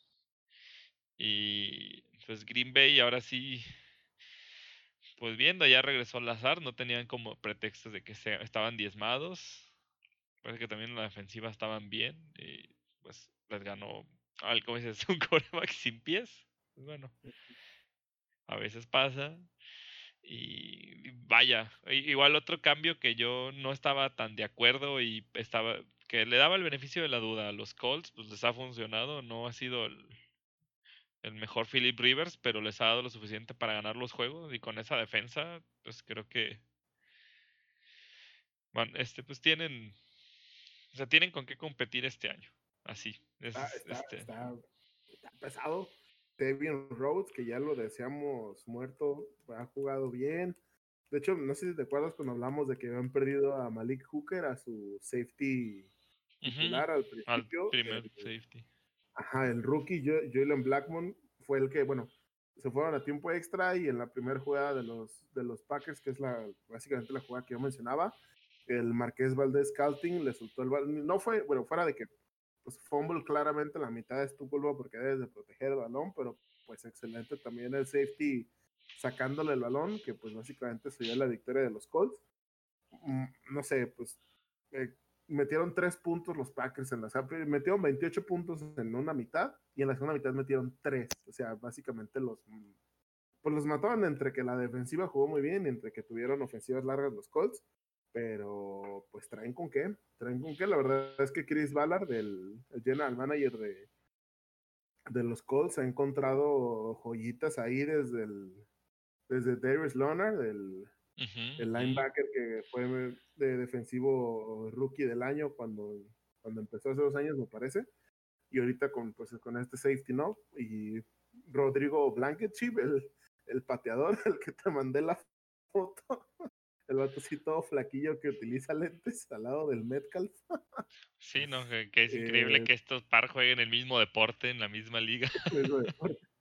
[SPEAKER 2] Y pues Green Bay ahora sí, pues viendo, ya regresó Lazar, no tenían como pretextos de que se, estaban diezmados. Parece que también en la defensiva estaban bien y pues les ganó, al como dices, un quarterback sin pies. Pues bueno, a veces pasa. Y vaya, i- igual otro cambio que yo no estaba tan de acuerdo y estaba, que le daba el beneficio de la duda a los Colts, pues les ha funcionado, no ha sido el, el mejor Philip Rivers, pero les ha dado lo suficiente para ganar los juegos y con esa defensa, pues creo que, bueno, este, pues tienen, o sea, tienen con qué competir este año. Así,
[SPEAKER 1] Está,
[SPEAKER 2] es,
[SPEAKER 1] está,
[SPEAKER 2] este,
[SPEAKER 1] está, está pesado. Tavion Rhodes, que ya lo deseamos muerto, ha jugado bien. De hecho, no sé si te acuerdas cuando hablamos de que habían perdido a Malik Hooker, a su safety
[SPEAKER 2] ujú,
[SPEAKER 1] titular al
[SPEAKER 2] al
[SPEAKER 1] principio.
[SPEAKER 2] primer
[SPEAKER 1] El,
[SPEAKER 2] safety.
[SPEAKER 1] ajá, el rookie Jo- Jalen Blackmon fue el que, bueno, se fueron a tiempo extra y en la primera jugada de los, de los Packers, que es la básicamente la jugada que yo mencionaba, el Marqués Valdés Scouting le soltó el balón. No fue, bueno, fuera de que pues fumble claramente la mitad es tu culpa porque debes de proteger el balón, pero pues excelente también el safety sacándole el balón, que pues básicamente se dio la victoria de los Colts. Mm, no sé, pues eh, metieron tres puntos los Packers en la serie, metieron veintiocho puntos en una mitad y en la segunda mitad metieron tres, o sea, básicamente los pues los mataron entre que la defensiva jugó muy bien y entre que tuvieron ofensivas largas los Colts, pero pues traen con qué, traen con qué, la verdad es que Chris Ballard, el, el general manager de, de los Colts, ha encontrado joyitas ahí desde el desde Darius Leonard, el,
[SPEAKER 2] Ujú,
[SPEAKER 1] el
[SPEAKER 2] ujú.
[SPEAKER 1] linebacker que fue de defensivo rookie del año cuando, cuando empezó hace dos años, me parece. Y ahorita con, pues, con este safety, ¿no? Y Rodrigo Blankenship, el, el pateador, el que te mandé la foto. El vato así todo flaquillo que utiliza lentes al lado del Metcalf.
[SPEAKER 2] Sí, no, que, que es increíble
[SPEAKER 1] Eh,
[SPEAKER 2] que estos par jueguen el mismo deporte en la misma liga.
[SPEAKER 1] eso de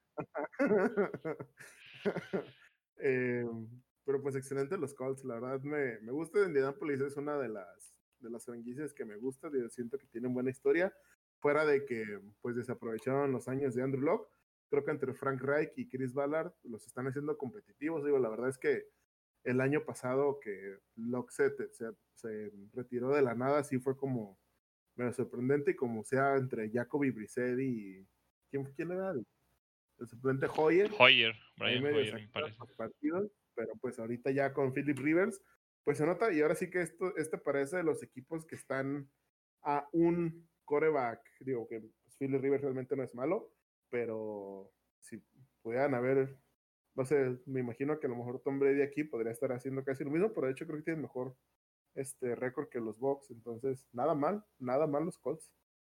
[SPEAKER 1] eh, pero pues excelente los Colts, la verdad me, me gusta. Indianapolis es una de las, de las franquicias que me gusta, yo siento que tienen buena historia, fuera de que pues desaprovecharon los años de Andrew Locke. Creo que entre Frank Reich y Chris Ballard los están haciendo competitivos. Digo, la verdad es que el año pasado que Locke se, se, se retiró de la nada, sí fue como medio sorprendente, y como sea entre Jacoby Brissett y ¿quién, quién era? El, el suplente Hoyer,
[SPEAKER 2] Hoyer,
[SPEAKER 1] ahí
[SPEAKER 2] Brian
[SPEAKER 1] medio
[SPEAKER 2] Hoyer me
[SPEAKER 1] sacaron
[SPEAKER 2] parece.
[SPEAKER 1] los partidos, pero pues ahorita ya con Philip Rivers, pues se nota, y ahora sí que esto, este parece de los equipos que están a un coreback, digo que pues, Philip Rivers realmente no es malo, pero si pudieran haber, no sé, me imagino que a lo mejor Tom Brady aquí podría estar haciendo casi lo mismo, pero de hecho creo que tiene mejor este récord que los Bucks, entonces nada mal, nada mal los Colts.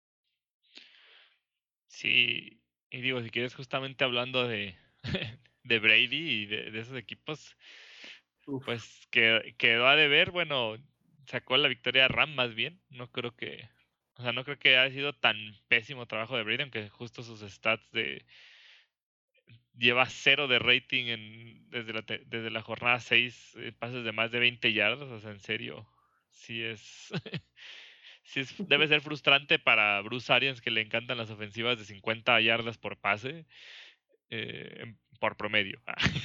[SPEAKER 2] Sí, y digo, si quieres justamente hablando de, de Brady y de, de esos equipos,
[SPEAKER 1] Uf,
[SPEAKER 2] pues que quedó a deber, bueno, sacó la victoria Ram más bien, no creo que, o sea, no creo que haya sido tan pésimo trabajo de Brady, aunque justo sus stats de lleva cero de rating en, desde, la, te- desde la jornada seis, eh, pases de más de veinte yardas, o sea, en serio, sí es, sí es, debe ser frustrante para Bruce Arians que le encantan las ofensivas de cincuenta yardas por pase, eh, en- por promedio.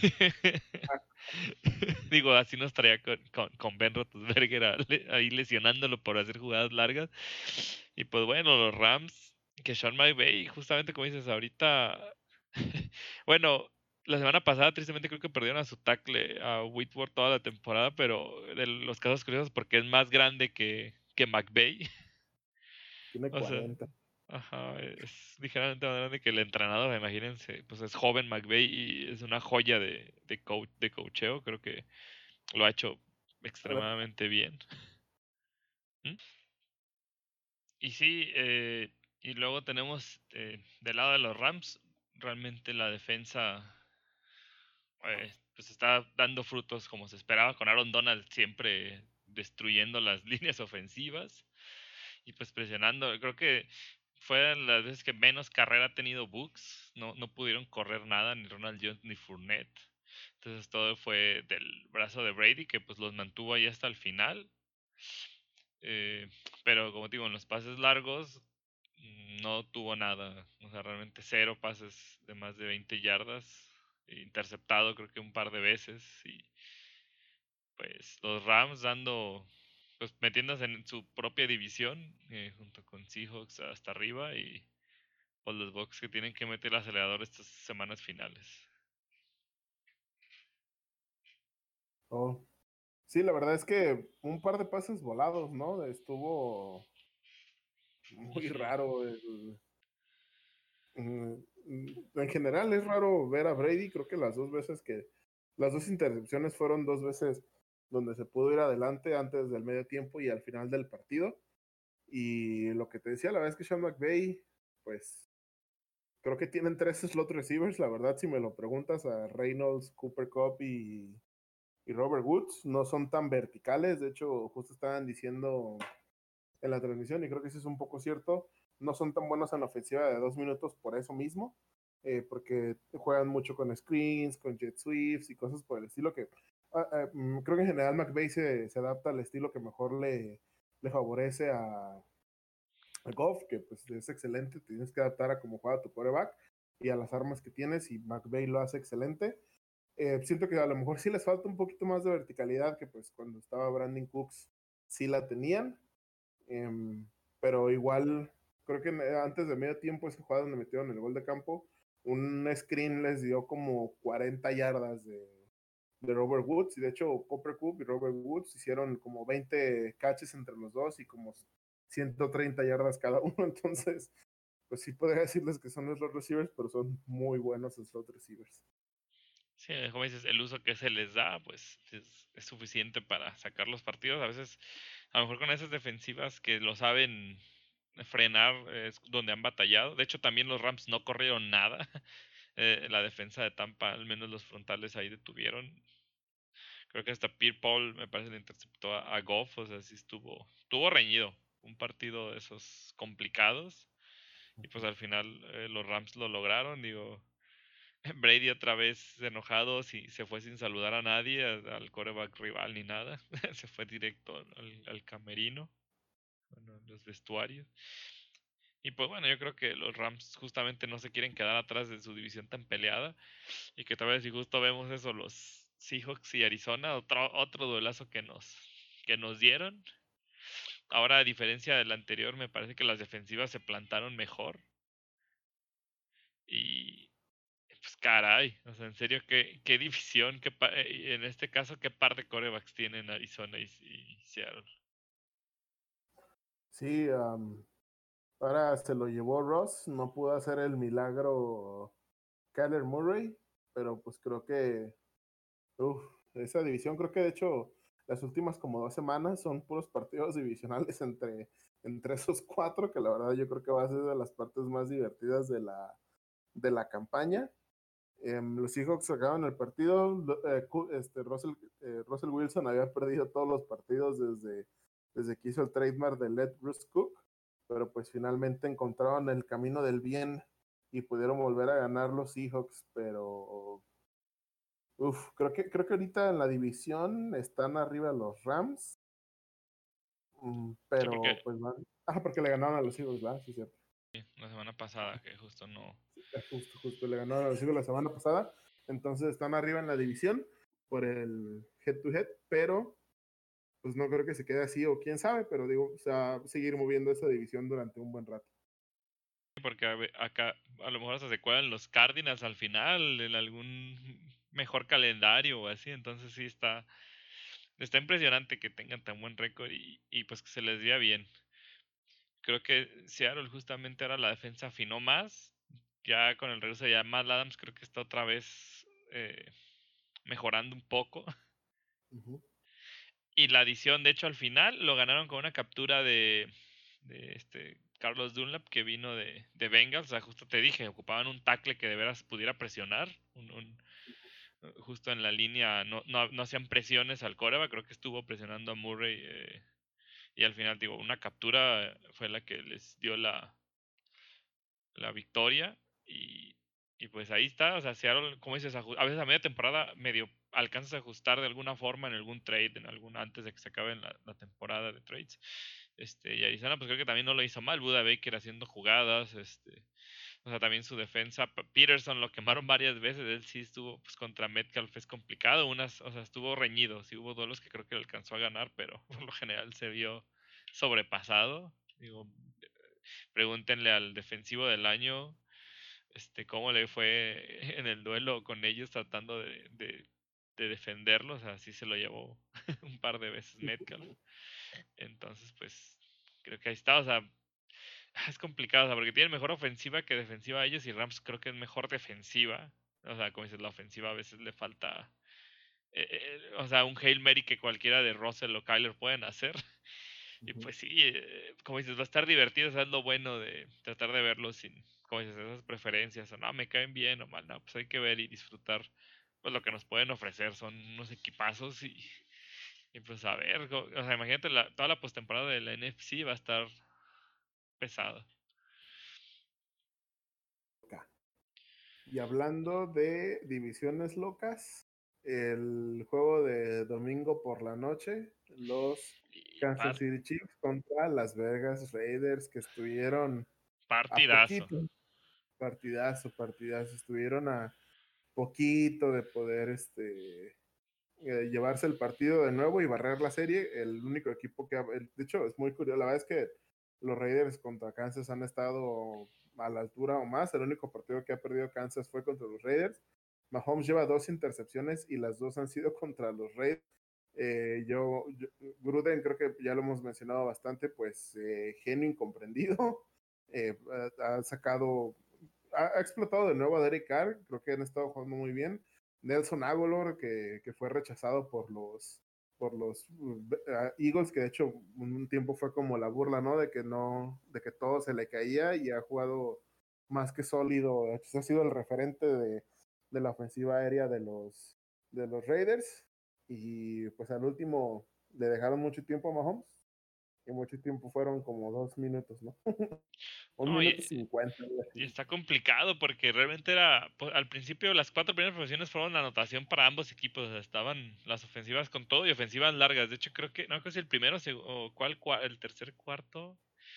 [SPEAKER 2] Digo, así nos traía con, con, con Ben Roethlisberger a- le- ahí lesionándolo por hacer jugadas largas. Y pues bueno, los Rams, que Sean McVay, justamente como dices ahorita, bueno, la semana pasada tristemente creo que perdieron a su tackle, a Whitworth toda la temporada, pero de los casos curiosos porque es más grande que, que McVay.
[SPEAKER 1] tiene
[SPEAKER 2] O sea,
[SPEAKER 1] cuarenta.
[SPEAKER 2] ajá, es ligeramente más grande que el entrenador, imagínense. Pues es joven McVay y es una joya de, de, coach, de coacheo. Creo que lo ha hecho
[SPEAKER 1] A ver,
[SPEAKER 2] extremadamente bien. ¿Mm? y sí, eh, y luego tenemos eh, del lado de los Rams, realmente la defensa eh, pues está dando frutos como se esperaba, con Aaron Donald siempre destruyendo las líneas ofensivas y pues presionando. Creo que fueron las veces que menos carrera ha tenido Bucks. No, no pudieron correr nada, ni Ronald Jones ni Fournette. Entonces todo fue del brazo de Brady, que pues los mantuvo ahí hasta el final. Eh, pero como digo, en los pases largos mm, no tuvo nada. O sea, realmente cero pases de más de veinte yardas. Interceptado creo que un par de veces. Y pues los Rams dando, pues metiéndose en su propia división, eh, junto con Seahawks hasta arriba, y pues los Bucks que tienen que meter el acelerador estas semanas finales.
[SPEAKER 1] Oh. Sí, la verdad es que un par de pases volados, ¿no? Estuvo muy
[SPEAKER 2] Ujú.
[SPEAKER 1] raro. el- mm, en general es raro ver a Brady. Creo que las dos veces que, las dos intercepciones fueron dos veces donde se pudo ir adelante antes del medio tiempo y al final del partido. Y lo que te decía, la verdad es que Sean McVay, pues creo que tienen tres slot receivers. La verdad, si me lo preguntas, a Reynolds, Cooper Cup y, y Robert Woods, no son tan verticales. De hecho, justo estaban diciendo en la transmisión, y creo que eso es un poco cierto, no son tan buenos en la ofensiva de dos minutos por eso mismo, eh, porque juegan mucho con screens, con jet sweeps y cosas por el estilo que ah, ah, mm, creo que en general McVay se, se adapta al estilo que mejor le, le favorece a, a Goff, que pues es excelente, tienes que adaptar a cómo juega tu quarterback y a las armas que tienes, y McVay lo hace excelente. Eh, siento que a lo mejor sí les falta un poquito más de verticalidad, que pues cuando estaba Brandon Cooks sí la tenían, eh, pero igual creo que antes de medio tiempo ese jugada donde metieron el gol de campo, un screen les dio como cuarenta yardas de, de Robert Woods, y de hecho Cooper Cup y Robert Woods hicieron como veinte catches entre los dos y como ciento treinta yardas cada uno. Entonces pues sí podría decirles que son slot receivers, pero son muy buenos slot receivers.
[SPEAKER 2] Sí, como dices, el uso que se les da, pues es, es suficiente para sacar los partidos. A veces, a lo mejor con esas defensivas que lo saben frenar, es donde han batallado. De hecho, también los Rams no corrieron nada. Eh, la defensa de Tampa, al menos los frontales ahí detuvieron. Creo que hasta Pierre Paul me parece le interceptó a, a Goff, o sea, sí estuvo, estuvo reñido. Un partido de esos complicados. Y pues al final eh, los Rams lo lograron, digo. Brady otra vez enojado, si se fue sin saludar a nadie, a- al quarterback rival ni nada. Se fue directo al, al camerino, bueno, a los vestuarios. Y pues bueno, yo creo que los Rams justamente no se quieren quedar atrás de su división tan peleada. Y que tal vez si justo vemos eso, los Seahawks y Arizona, otro, otro duelazo que nos, que nos dieron. Ahora, a diferencia del anterior, me parece que las defensivas se plantaron mejor. Y pues caray, o sea, en serio, qué, qué división, qué pa- eh, en este caso, qué par de corebacks tienen Arizona y, y Seattle.
[SPEAKER 1] Sí, um, ahora se lo llevó Ross, no pudo hacer el milagro Kyler Murray, pero pues creo que uf, esa división, creo que de hecho las últimas como dos semanas son puros partidos divisionales entre, entre esos cuatro, que la verdad yo creo que va a ser de las partes más divertidas de la, de la campaña. Eh, los Seahawks sacaron el partido, eh, este, Russell, eh, Russell Wilson había perdido todos los partidos desde, desde que hizo el trademark de Let Bruce Cook, pero pues finalmente encontraron el camino del bien y pudieron volver a ganar los Seahawks, pero uf, creo que, creo que ahorita en la división están arriba los Rams, mm,
[SPEAKER 2] Sí, porque
[SPEAKER 1] pero pues van, ah, porque le ganaron a los Seahawks, ¿verdad? Sí, cierto.
[SPEAKER 2] la semana pasada, que justo no.
[SPEAKER 1] Justo, justo le ganaron a los Eagles la semana pasada. Entonces están arriba en la división por el head to head, pero pues no creo que se quede así, o quién sabe, pero digo, o sea, va a seguir moviendo esa división durante un buen rato.
[SPEAKER 2] Porque a ve- acá a lo mejor hasta se cuelan los Cardinals al final, en algún mejor calendario o así. Entonces sí está, está impresionante que tengan tan buen récord y, y pues que se les vea bien. Creo que Seattle justamente ahora la defensa afinó más. Ya con el regreso de Jamal Adams creo que está otra vez eh, mejorando un poco.
[SPEAKER 1] Uh -huh.
[SPEAKER 2] Y la adición, de hecho, al final lo ganaron con una captura de, de este Carlos Dunlap, que vino de, de Bengals. O sea, justo te dije, ocupaban un tackle que de veras pudiera presionar, un, un, justo en la línea, no, no, no hacían presiones al quarterback, creo que estuvo presionando a Murray, eh, y al final, digo, una captura fue la que les dio la, la victoria, y, y pues ahí está. O sea, Seattle, como dices, a veces a media temporada medio alcanzas a ajustar de alguna forma en algún trade, en algún, antes de que se acabe la, la temporada de trades. Este, y Arizona, pues creo que también no lo hizo mal. Buda Baker haciendo jugadas, este, o sea, también su defensa. Peterson lo quemaron varias veces. Él sí estuvo, pues contra Metcalf es complicado. Unas, o sea, estuvo reñido. Sí hubo duelos que creo que le alcanzó a ganar, pero por lo general se vio sobrepasado. Digo, pregúntenle al defensivo del año, este, cómo le fue en el duelo con ellos tratando de, de, de defenderlos. Así se lo llevó un par de veces Metcalf. Entonces, pues, creo que ahí está. O sea, es complicado, o sea, porque tienen mejor ofensiva que defensiva a ellos, y Rams creo que es mejor defensiva. O sea, como dices, la ofensiva a veces le falta, eh, eh, o sea, un Hail Mary que cualquiera de Russell o Kyler pueden hacer. Y
[SPEAKER 1] Ujú.
[SPEAKER 2] pues sí, eh, como dices, va a estar divertido. O sea, es lo bueno de tratar de verlo sin, como dices, esas preferencias, o no, me caen bien o mal. No, pues hay que ver y disfrutar pues lo que nos pueden ofrecer. Son unos equipazos, y, y pues a ver, o sea, imagínate la, toda la postemporada de la N F C va a estar pesada.
[SPEAKER 1] Y hablando de divisiones locas, el juego de domingo por la noche, los
[SPEAKER 2] Y
[SPEAKER 1] Kansas
[SPEAKER 2] par-
[SPEAKER 1] City Chiefs contra Las Vegas Raiders, que estuvieron a
[SPEAKER 2] partidazo.
[SPEAKER 1] poquito, partidazo, partidazo, estuvieron a poquito de poder este, eh, llevarse el partido de nuevo y barrer la serie. El único equipo que, ha, el, de hecho, es muy curioso, la verdad es que los Raiders contra Kansas han estado a la altura o más. El único partido que ha perdido Kansas fue contra los Raiders. Mahomes lleva dos intercepciones y las dos han sido contra los Raiders. Eh, yo, yo, Gruden, creo que ya lo hemos mencionado bastante, pues eh, genio incomprendido. Eh, ha sacado, ha, ha explotado de nuevo a Derek Carr. Creo que han estado jugando muy bien. Nelson Aguilar, que, que fue rechazado por los, por los uh, Eagles, que de hecho un tiempo fue como la burla, ¿no? De que no, de que todo se le caía, y ha jugado más que sólido. De hecho, ha sido el referente de, de la ofensiva aérea de los, de los Raiders. Y pues al último le dejaron mucho tiempo a Mahomes, y mucho tiempo fueron como dos minutos, ¿no? Un
[SPEAKER 2] No, y,
[SPEAKER 1] minuto cincuenta.
[SPEAKER 2] y está complicado porque realmente era, pues, al principio las cuatro primeras posiciones fueron la anotación para ambos equipos. O sea, estaban las ofensivas con todo y ofensivas largas. De hecho, creo que, no creo si el primero o cuál, cuál, el tercer cuarto,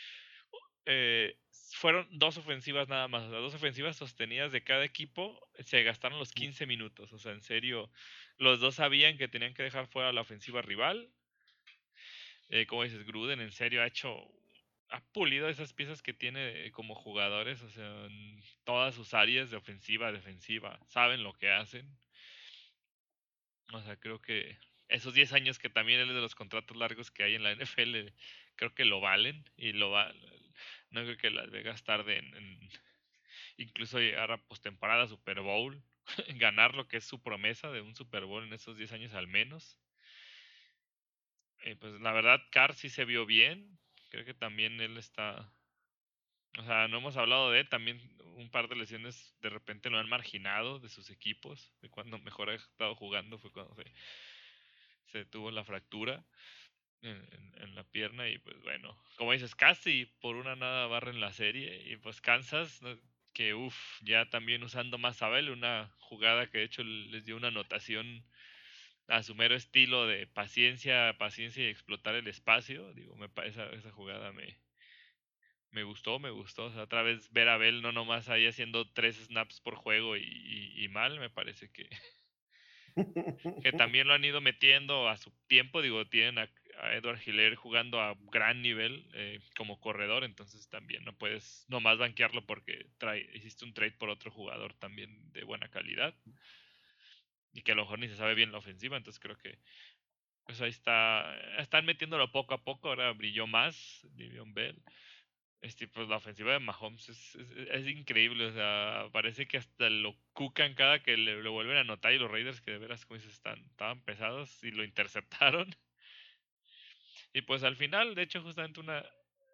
[SPEAKER 2] eh, fueron dos ofensivas nada más. Las dos ofensivas sostenidas de cada equipo se gastaron los quince minutos. O sea, en serio, los dos sabían que tenían que dejar fuera la ofensiva rival. Eh, como dices, Gruden en serio ha hecho, ha pulido esas piezas que tiene como jugadores. O sea, en todas sus áreas de ofensiva, defensiva, saben lo que hacen. O sea, creo que esos diez años que también él es de los contratos largos que hay en la N F L, creo que lo valen y lo va. No creo que Las Vegas tarde en, en incluso llegar a postemporada, Super Bowl, ganar lo que es su promesa de un Super Bowl en esos diez años al menos. Eh, pues la verdad, Carr sí se vio bien. Creo que también él está. O sea, no hemos hablado de él. También un par de lesiones de repente lo han marginado de sus equipos. De cuando mejor ha estado jugando fue cuando se, se tuvo la fractura en, en, en la pierna. Y pues bueno, como dices, casi por una nada barren la serie. Y pues Kansas, ¿no? Que uff, ya también usando más a Abel, una jugada que de hecho les dio una anotación a su mero estilo de paciencia, paciencia y explotar el espacio. Digo, me esa, esa jugada me, me gustó, me gustó. O sea, otra vez ver a Bell no nomás ahí haciendo tres snaps por juego y, y, y mal, me parece que, que también lo han ido metiendo a su tiempo. Digo, tienen a, a Edward Hiller jugando a gran nivel eh, como corredor, entonces también no puedes nomás banquearlo porque trae, hiciste un trade por otro jugador también de buena calidad y que a lo mejor ni se sabe bien la ofensiva. Entonces creo que pues ahí está, están metiéndolo poco a poco. Ahora brilló más Le'Veon Bell. Este, pues la ofensiva de Mahomes es, es, es increíble. O sea, parece que hasta lo cucan cada que le, lo vuelven a anotar. Y los Raiders, que de veras, como dices, están, estaban pesados y lo interceptaron. Y pues al final, de hecho, justamente una.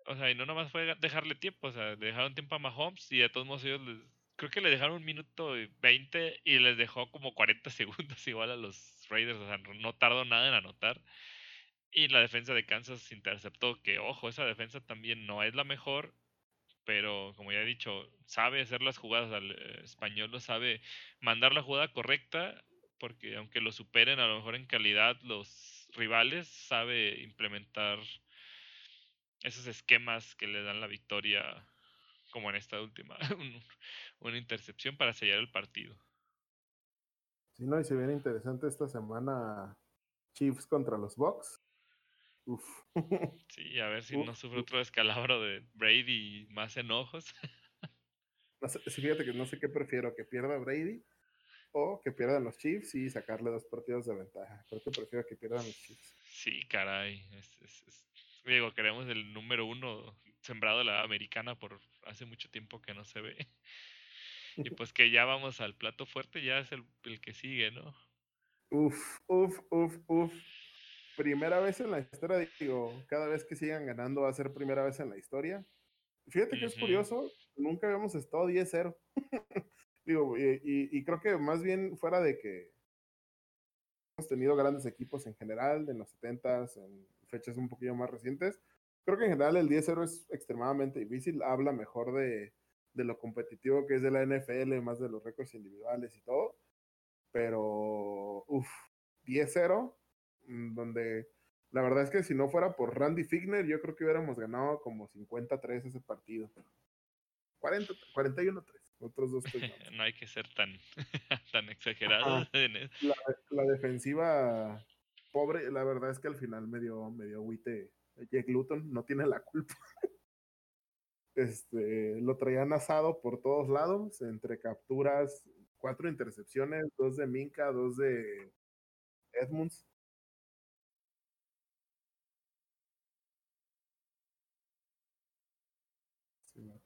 [SPEAKER 2] o sea, y no nomás fue dejarle tiempo, o sea, le dejaron tiempo a Mahomes y de todos modos ellos les, creo que le dejaron un minuto y veinte y les dejó como cuarenta segundos igual a los Raiders, o sea, no no tardó nada en anotar. Y la defensa de Kansas interceptó, que ojo, esa defensa también no es la mejor, pero como ya he dicho, sabe hacer las jugadas, al eh, español lo sabe mandar la jugada correcta, porque aunque lo superen a lo mejor en calidad los rivales, sabe implementar esos esquemas que le dan la victoria, como en esta última, un- una intercepción para sellar el partido.
[SPEAKER 1] Sí, no, y se viene interesante esta semana Chiefs contra los Bucks. Uf.
[SPEAKER 2] Sí, a ver si
[SPEAKER 1] Uf,
[SPEAKER 2] no sufre
[SPEAKER 1] uf.
[SPEAKER 2] otro descalabro de Brady y más enojos.
[SPEAKER 1] No sé, sí, fíjate que no sé qué prefiero, que pierda Brady o que pierdan los Chiefs y sacarle dos partidos de ventaja. Creo que prefiero que pierdan los Chiefs.
[SPEAKER 2] Sí, caray. Es, es- es- Digo, queremos el número uno sembrado de la americana por hace mucho tiempo que no se ve. Y pues que ya vamos al plato fuerte, ya es el, el que sigue, ¿no?
[SPEAKER 1] Uf, uf, uf, uf. Primera vez en la historia, digo, cada vez que sigan ganando va a ser primera vez en la historia. Fíjate que es
[SPEAKER 2] Ujú.
[SPEAKER 1] curioso, nunca habíamos estado diez cero. Digo, y, y- y creo que más bien fuera de que hemos tenido grandes equipos en general, en los setentas, en fechas un poquillo más recientes, creo que en general el diez cero es extremadamente difícil, habla mejor de, de lo competitivo que es de la N F L, más de los récords individuales y todo, pero, uff, diez cero, mm, donde la verdad es que si no fuera por Randy Figner, yo creo que hubiéramos ganado como cincuenta a tres ese partido. cuarenta, cuarenta y uno a tres, otros dos touchdowns.
[SPEAKER 2] No hay que ser tan, tan
[SPEAKER 1] Ajá.
[SPEAKER 2] exagerados en eso.
[SPEAKER 1] La, la defensiva pobre, la verdad es que al final me dio, me dio agüite. Jake Luton no tiene la culpa. Este, lo traían asado por todos lados, entre capturas, cuatro intercepciones, dos de Minka, dos de Edmunds. Sí, no.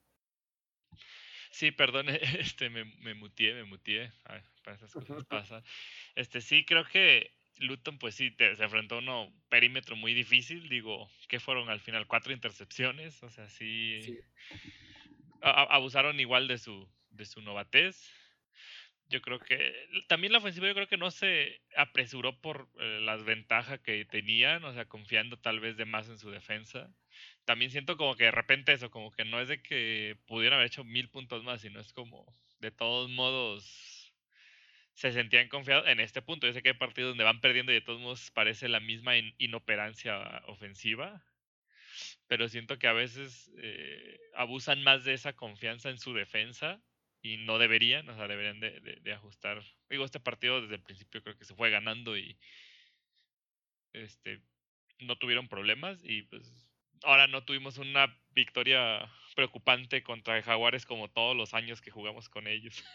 [SPEAKER 2] Sí, perdón, este, me, me muteé, me muteé. Ay, para esas cosas pasa. Este, sí, creo que Luton, pues sí, te- se enfrentó a un perímetro muy difícil. Digo, que fueron al final cuatro intercepciones. O sea, sí,
[SPEAKER 1] Sí.
[SPEAKER 2] a- a- abusaron igual de su, de su novatez. Yo creo que también la ofensiva, yo creo que no se apresuró por eh, las ventajas que tenían, o sea, confiando tal vez de más en su defensa. También siento como que de repente eso, como que no es de que pudieran haber hecho mil puntos más, sino es como, de todos modos, se sentían confiados en este punto. Yo sé que hay partidos donde van perdiendo y de todos modos parece la misma in- inoperancia ofensiva, pero siento que a veces eh, abusan más de esa confianza en su defensa y no deberían, o sea, deberían de, de- de ajustar. Digo, este partido desde el principio creo que se fue ganando y este no tuvieron problemas y pues ahora no tuvimos una victoria preocupante contra Jaguares como todos los años que jugamos con ellos.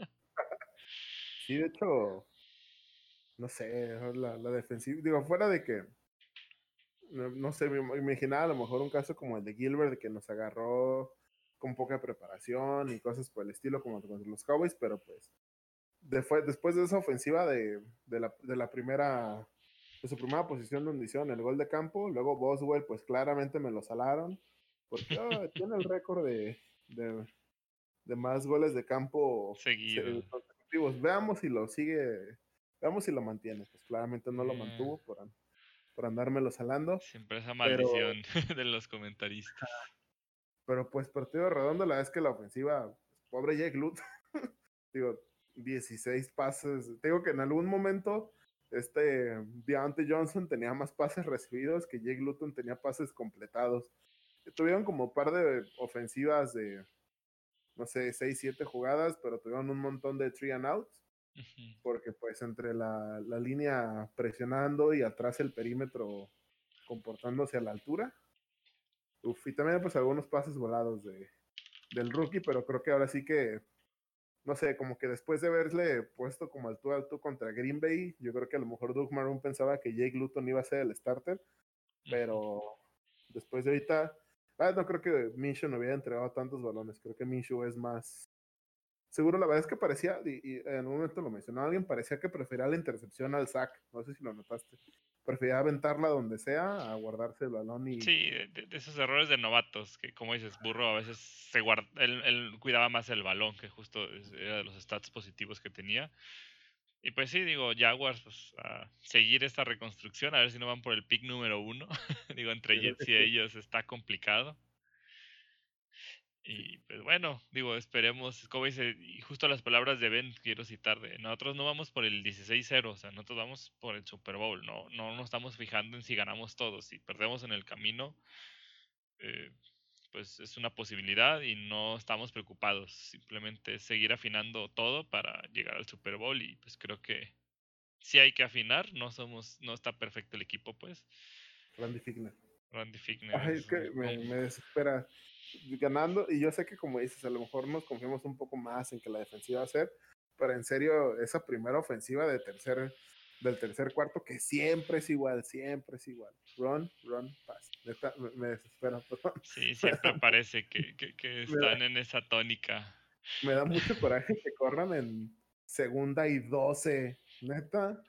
[SPEAKER 1] Sí, de hecho, no sé, la, la defensiva, digo, fuera de que, no, no sé, me imaginaba a lo mejor un caso como el de Gilbert, que nos agarró con poca preparación y cosas por el estilo, como contra los Cowboys, pero pues de fue, después de esa ofensiva de, de, la, de la primera, de su primera posición donde hicieron el gol de campo, luego Boswell, pues claramente me lo salaron, porque oh, tiene el récord de, de, de, más goles de campo
[SPEAKER 2] Seguido.
[SPEAKER 1] consecutivos. Veamos si lo sigue, veamos si lo mantiene. Pues claramente no lo
[SPEAKER 2] Eh,
[SPEAKER 1] mantuvo por, por andármelo salando,
[SPEAKER 2] siempre esa
[SPEAKER 1] pero,
[SPEAKER 2] maldición de los comentaristas.
[SPEAKER 1] pero pues partido redondo, la vez que la ofensiva, pues, pobre Jake Luton, digo, dieciséis pases. Te digo que en algún momento este Deontay Johnson tenía más pases recibidos que Jake Luton tenía pases completados. Tuvieron como un par de ofensivas de, no sé, seis siete jugadas, pero tuvieron un montón de three and outs,
[SPEAKER 2] Ujú.
[SPEAKER 1] porque pues entre la, la línea presionando y atrás el perímetro comportándose a la altura. Uf, y también pues algunos pases volados de, del rookie, pero creo que ahora sí que no sé, como que después de haberle puesto como al tú al tú contra Green Bay, yo creo que a lo mejor Doug Marrone pensaba que Jake Luton iba a ser el starter,
[SPEAKER 2] Ujú.
[SPEAKER 1] pero después de ahorita, ah, no creo que Minshew no hubiera entregado tantos balones, creo que Minshew es más seguro. La verdad es que parecía, y, y en un momento lo mencionó alguien, parecía que prefería la intercepción al sack, no sé si lo notaste, prefería aventarla donde sea a guardarse el balón y...
[SPEAKER 2] Sí, de, de esos errores de novatos, que como dices, Burrow a veces se guarda, él, él cuidaba más el balón, que justo es- era de los stats positivos que tenía. Y pues sí, digo, Jaguars, pues a seguir esta reconstrucción, a ver si no van por el pick número uno. Digo, entre
[SPEAKER 1] Yo creo que
[SPEAKER 2] Jets y
[SPEAKER 1] sí.
[SPEAKER 2] ellos está complicado.
[SPEAKER 1] Sí.
[SPEAKER 2] Y pues bueno, digo, esperemos, como dice, y justo las palabras de Ben quiero citar, de nosotros no vamos por el dieciséis cero, o sea, nosotros vamos por el Super Bowl, no, no nos estamos fijando en si ganamos todos, si perdemos en el camino, eh, pues es una posibilidad y no estamos preocupados, simplemente es seguir afinando todo para llegar al Super Bowl y pues creo que sí hay que afinar, no somos, no está perfecto el equipo, pues.
[SPEAKER 1] Randy Fickner.
[SPEAKER 2] Randy Fickner
[SPEAKER 1] Ay,
[SPEAKER 2] es
[SPEAKER 1] es que
[SPEAKER 2] un,
[SPEAKER 1] me, me desespera ganando, y yo sé que como dices, a lo mejor nos confiamos un poco más en que la defensiva va a ser, pero en serio, esa primera ofensiva de tercer, del tercer cuarto, que siempre es igual, siempre es igual. Run, run, pass. Neta, me, me desespera, perdón.
[SPEAKER 2] sí, siempre parece que, que, que
[SPEAKER 1] Me da,
[SPEAKER 2] están en esa tónica.
[SPEAKER 1] me da mucho coraje que corran en segunda y doce, neta.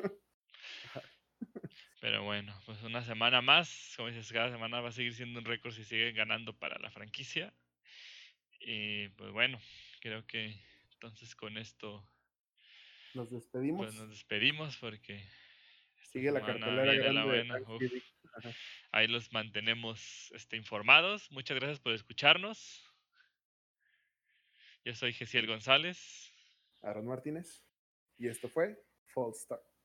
[SPEAKER 2] Pero bueno, pues una semana más, como dices, cada semana va a seguir siendo un récord si siguen ganando para la franquicia. Y pues bueno, creo que entonces con esto
[SPEAKER 1] Nos
[SPEAKER 2] pues nos
[SPEAKER 1] despedimos.
[SPEAKER 2] despedimos porque esta
[SPEAKER 1] Sigue la
[SPEAKER 2] semana
[SPEAKER 1] cartelera
[SPEAKER 2] viene la
[SPEAKER 1] grande de
[SPEAKER 2] buena. Uf,
[SPEAKER 1] Thanksgiving. Ajá.
[SPEAKER 2] ahí los mantenemos este, informados. Muchas gracias por escucharnos. Yo soy Gesiel González.
[SPEAKER 1] Aaron Martínez. Y esto fue False Start.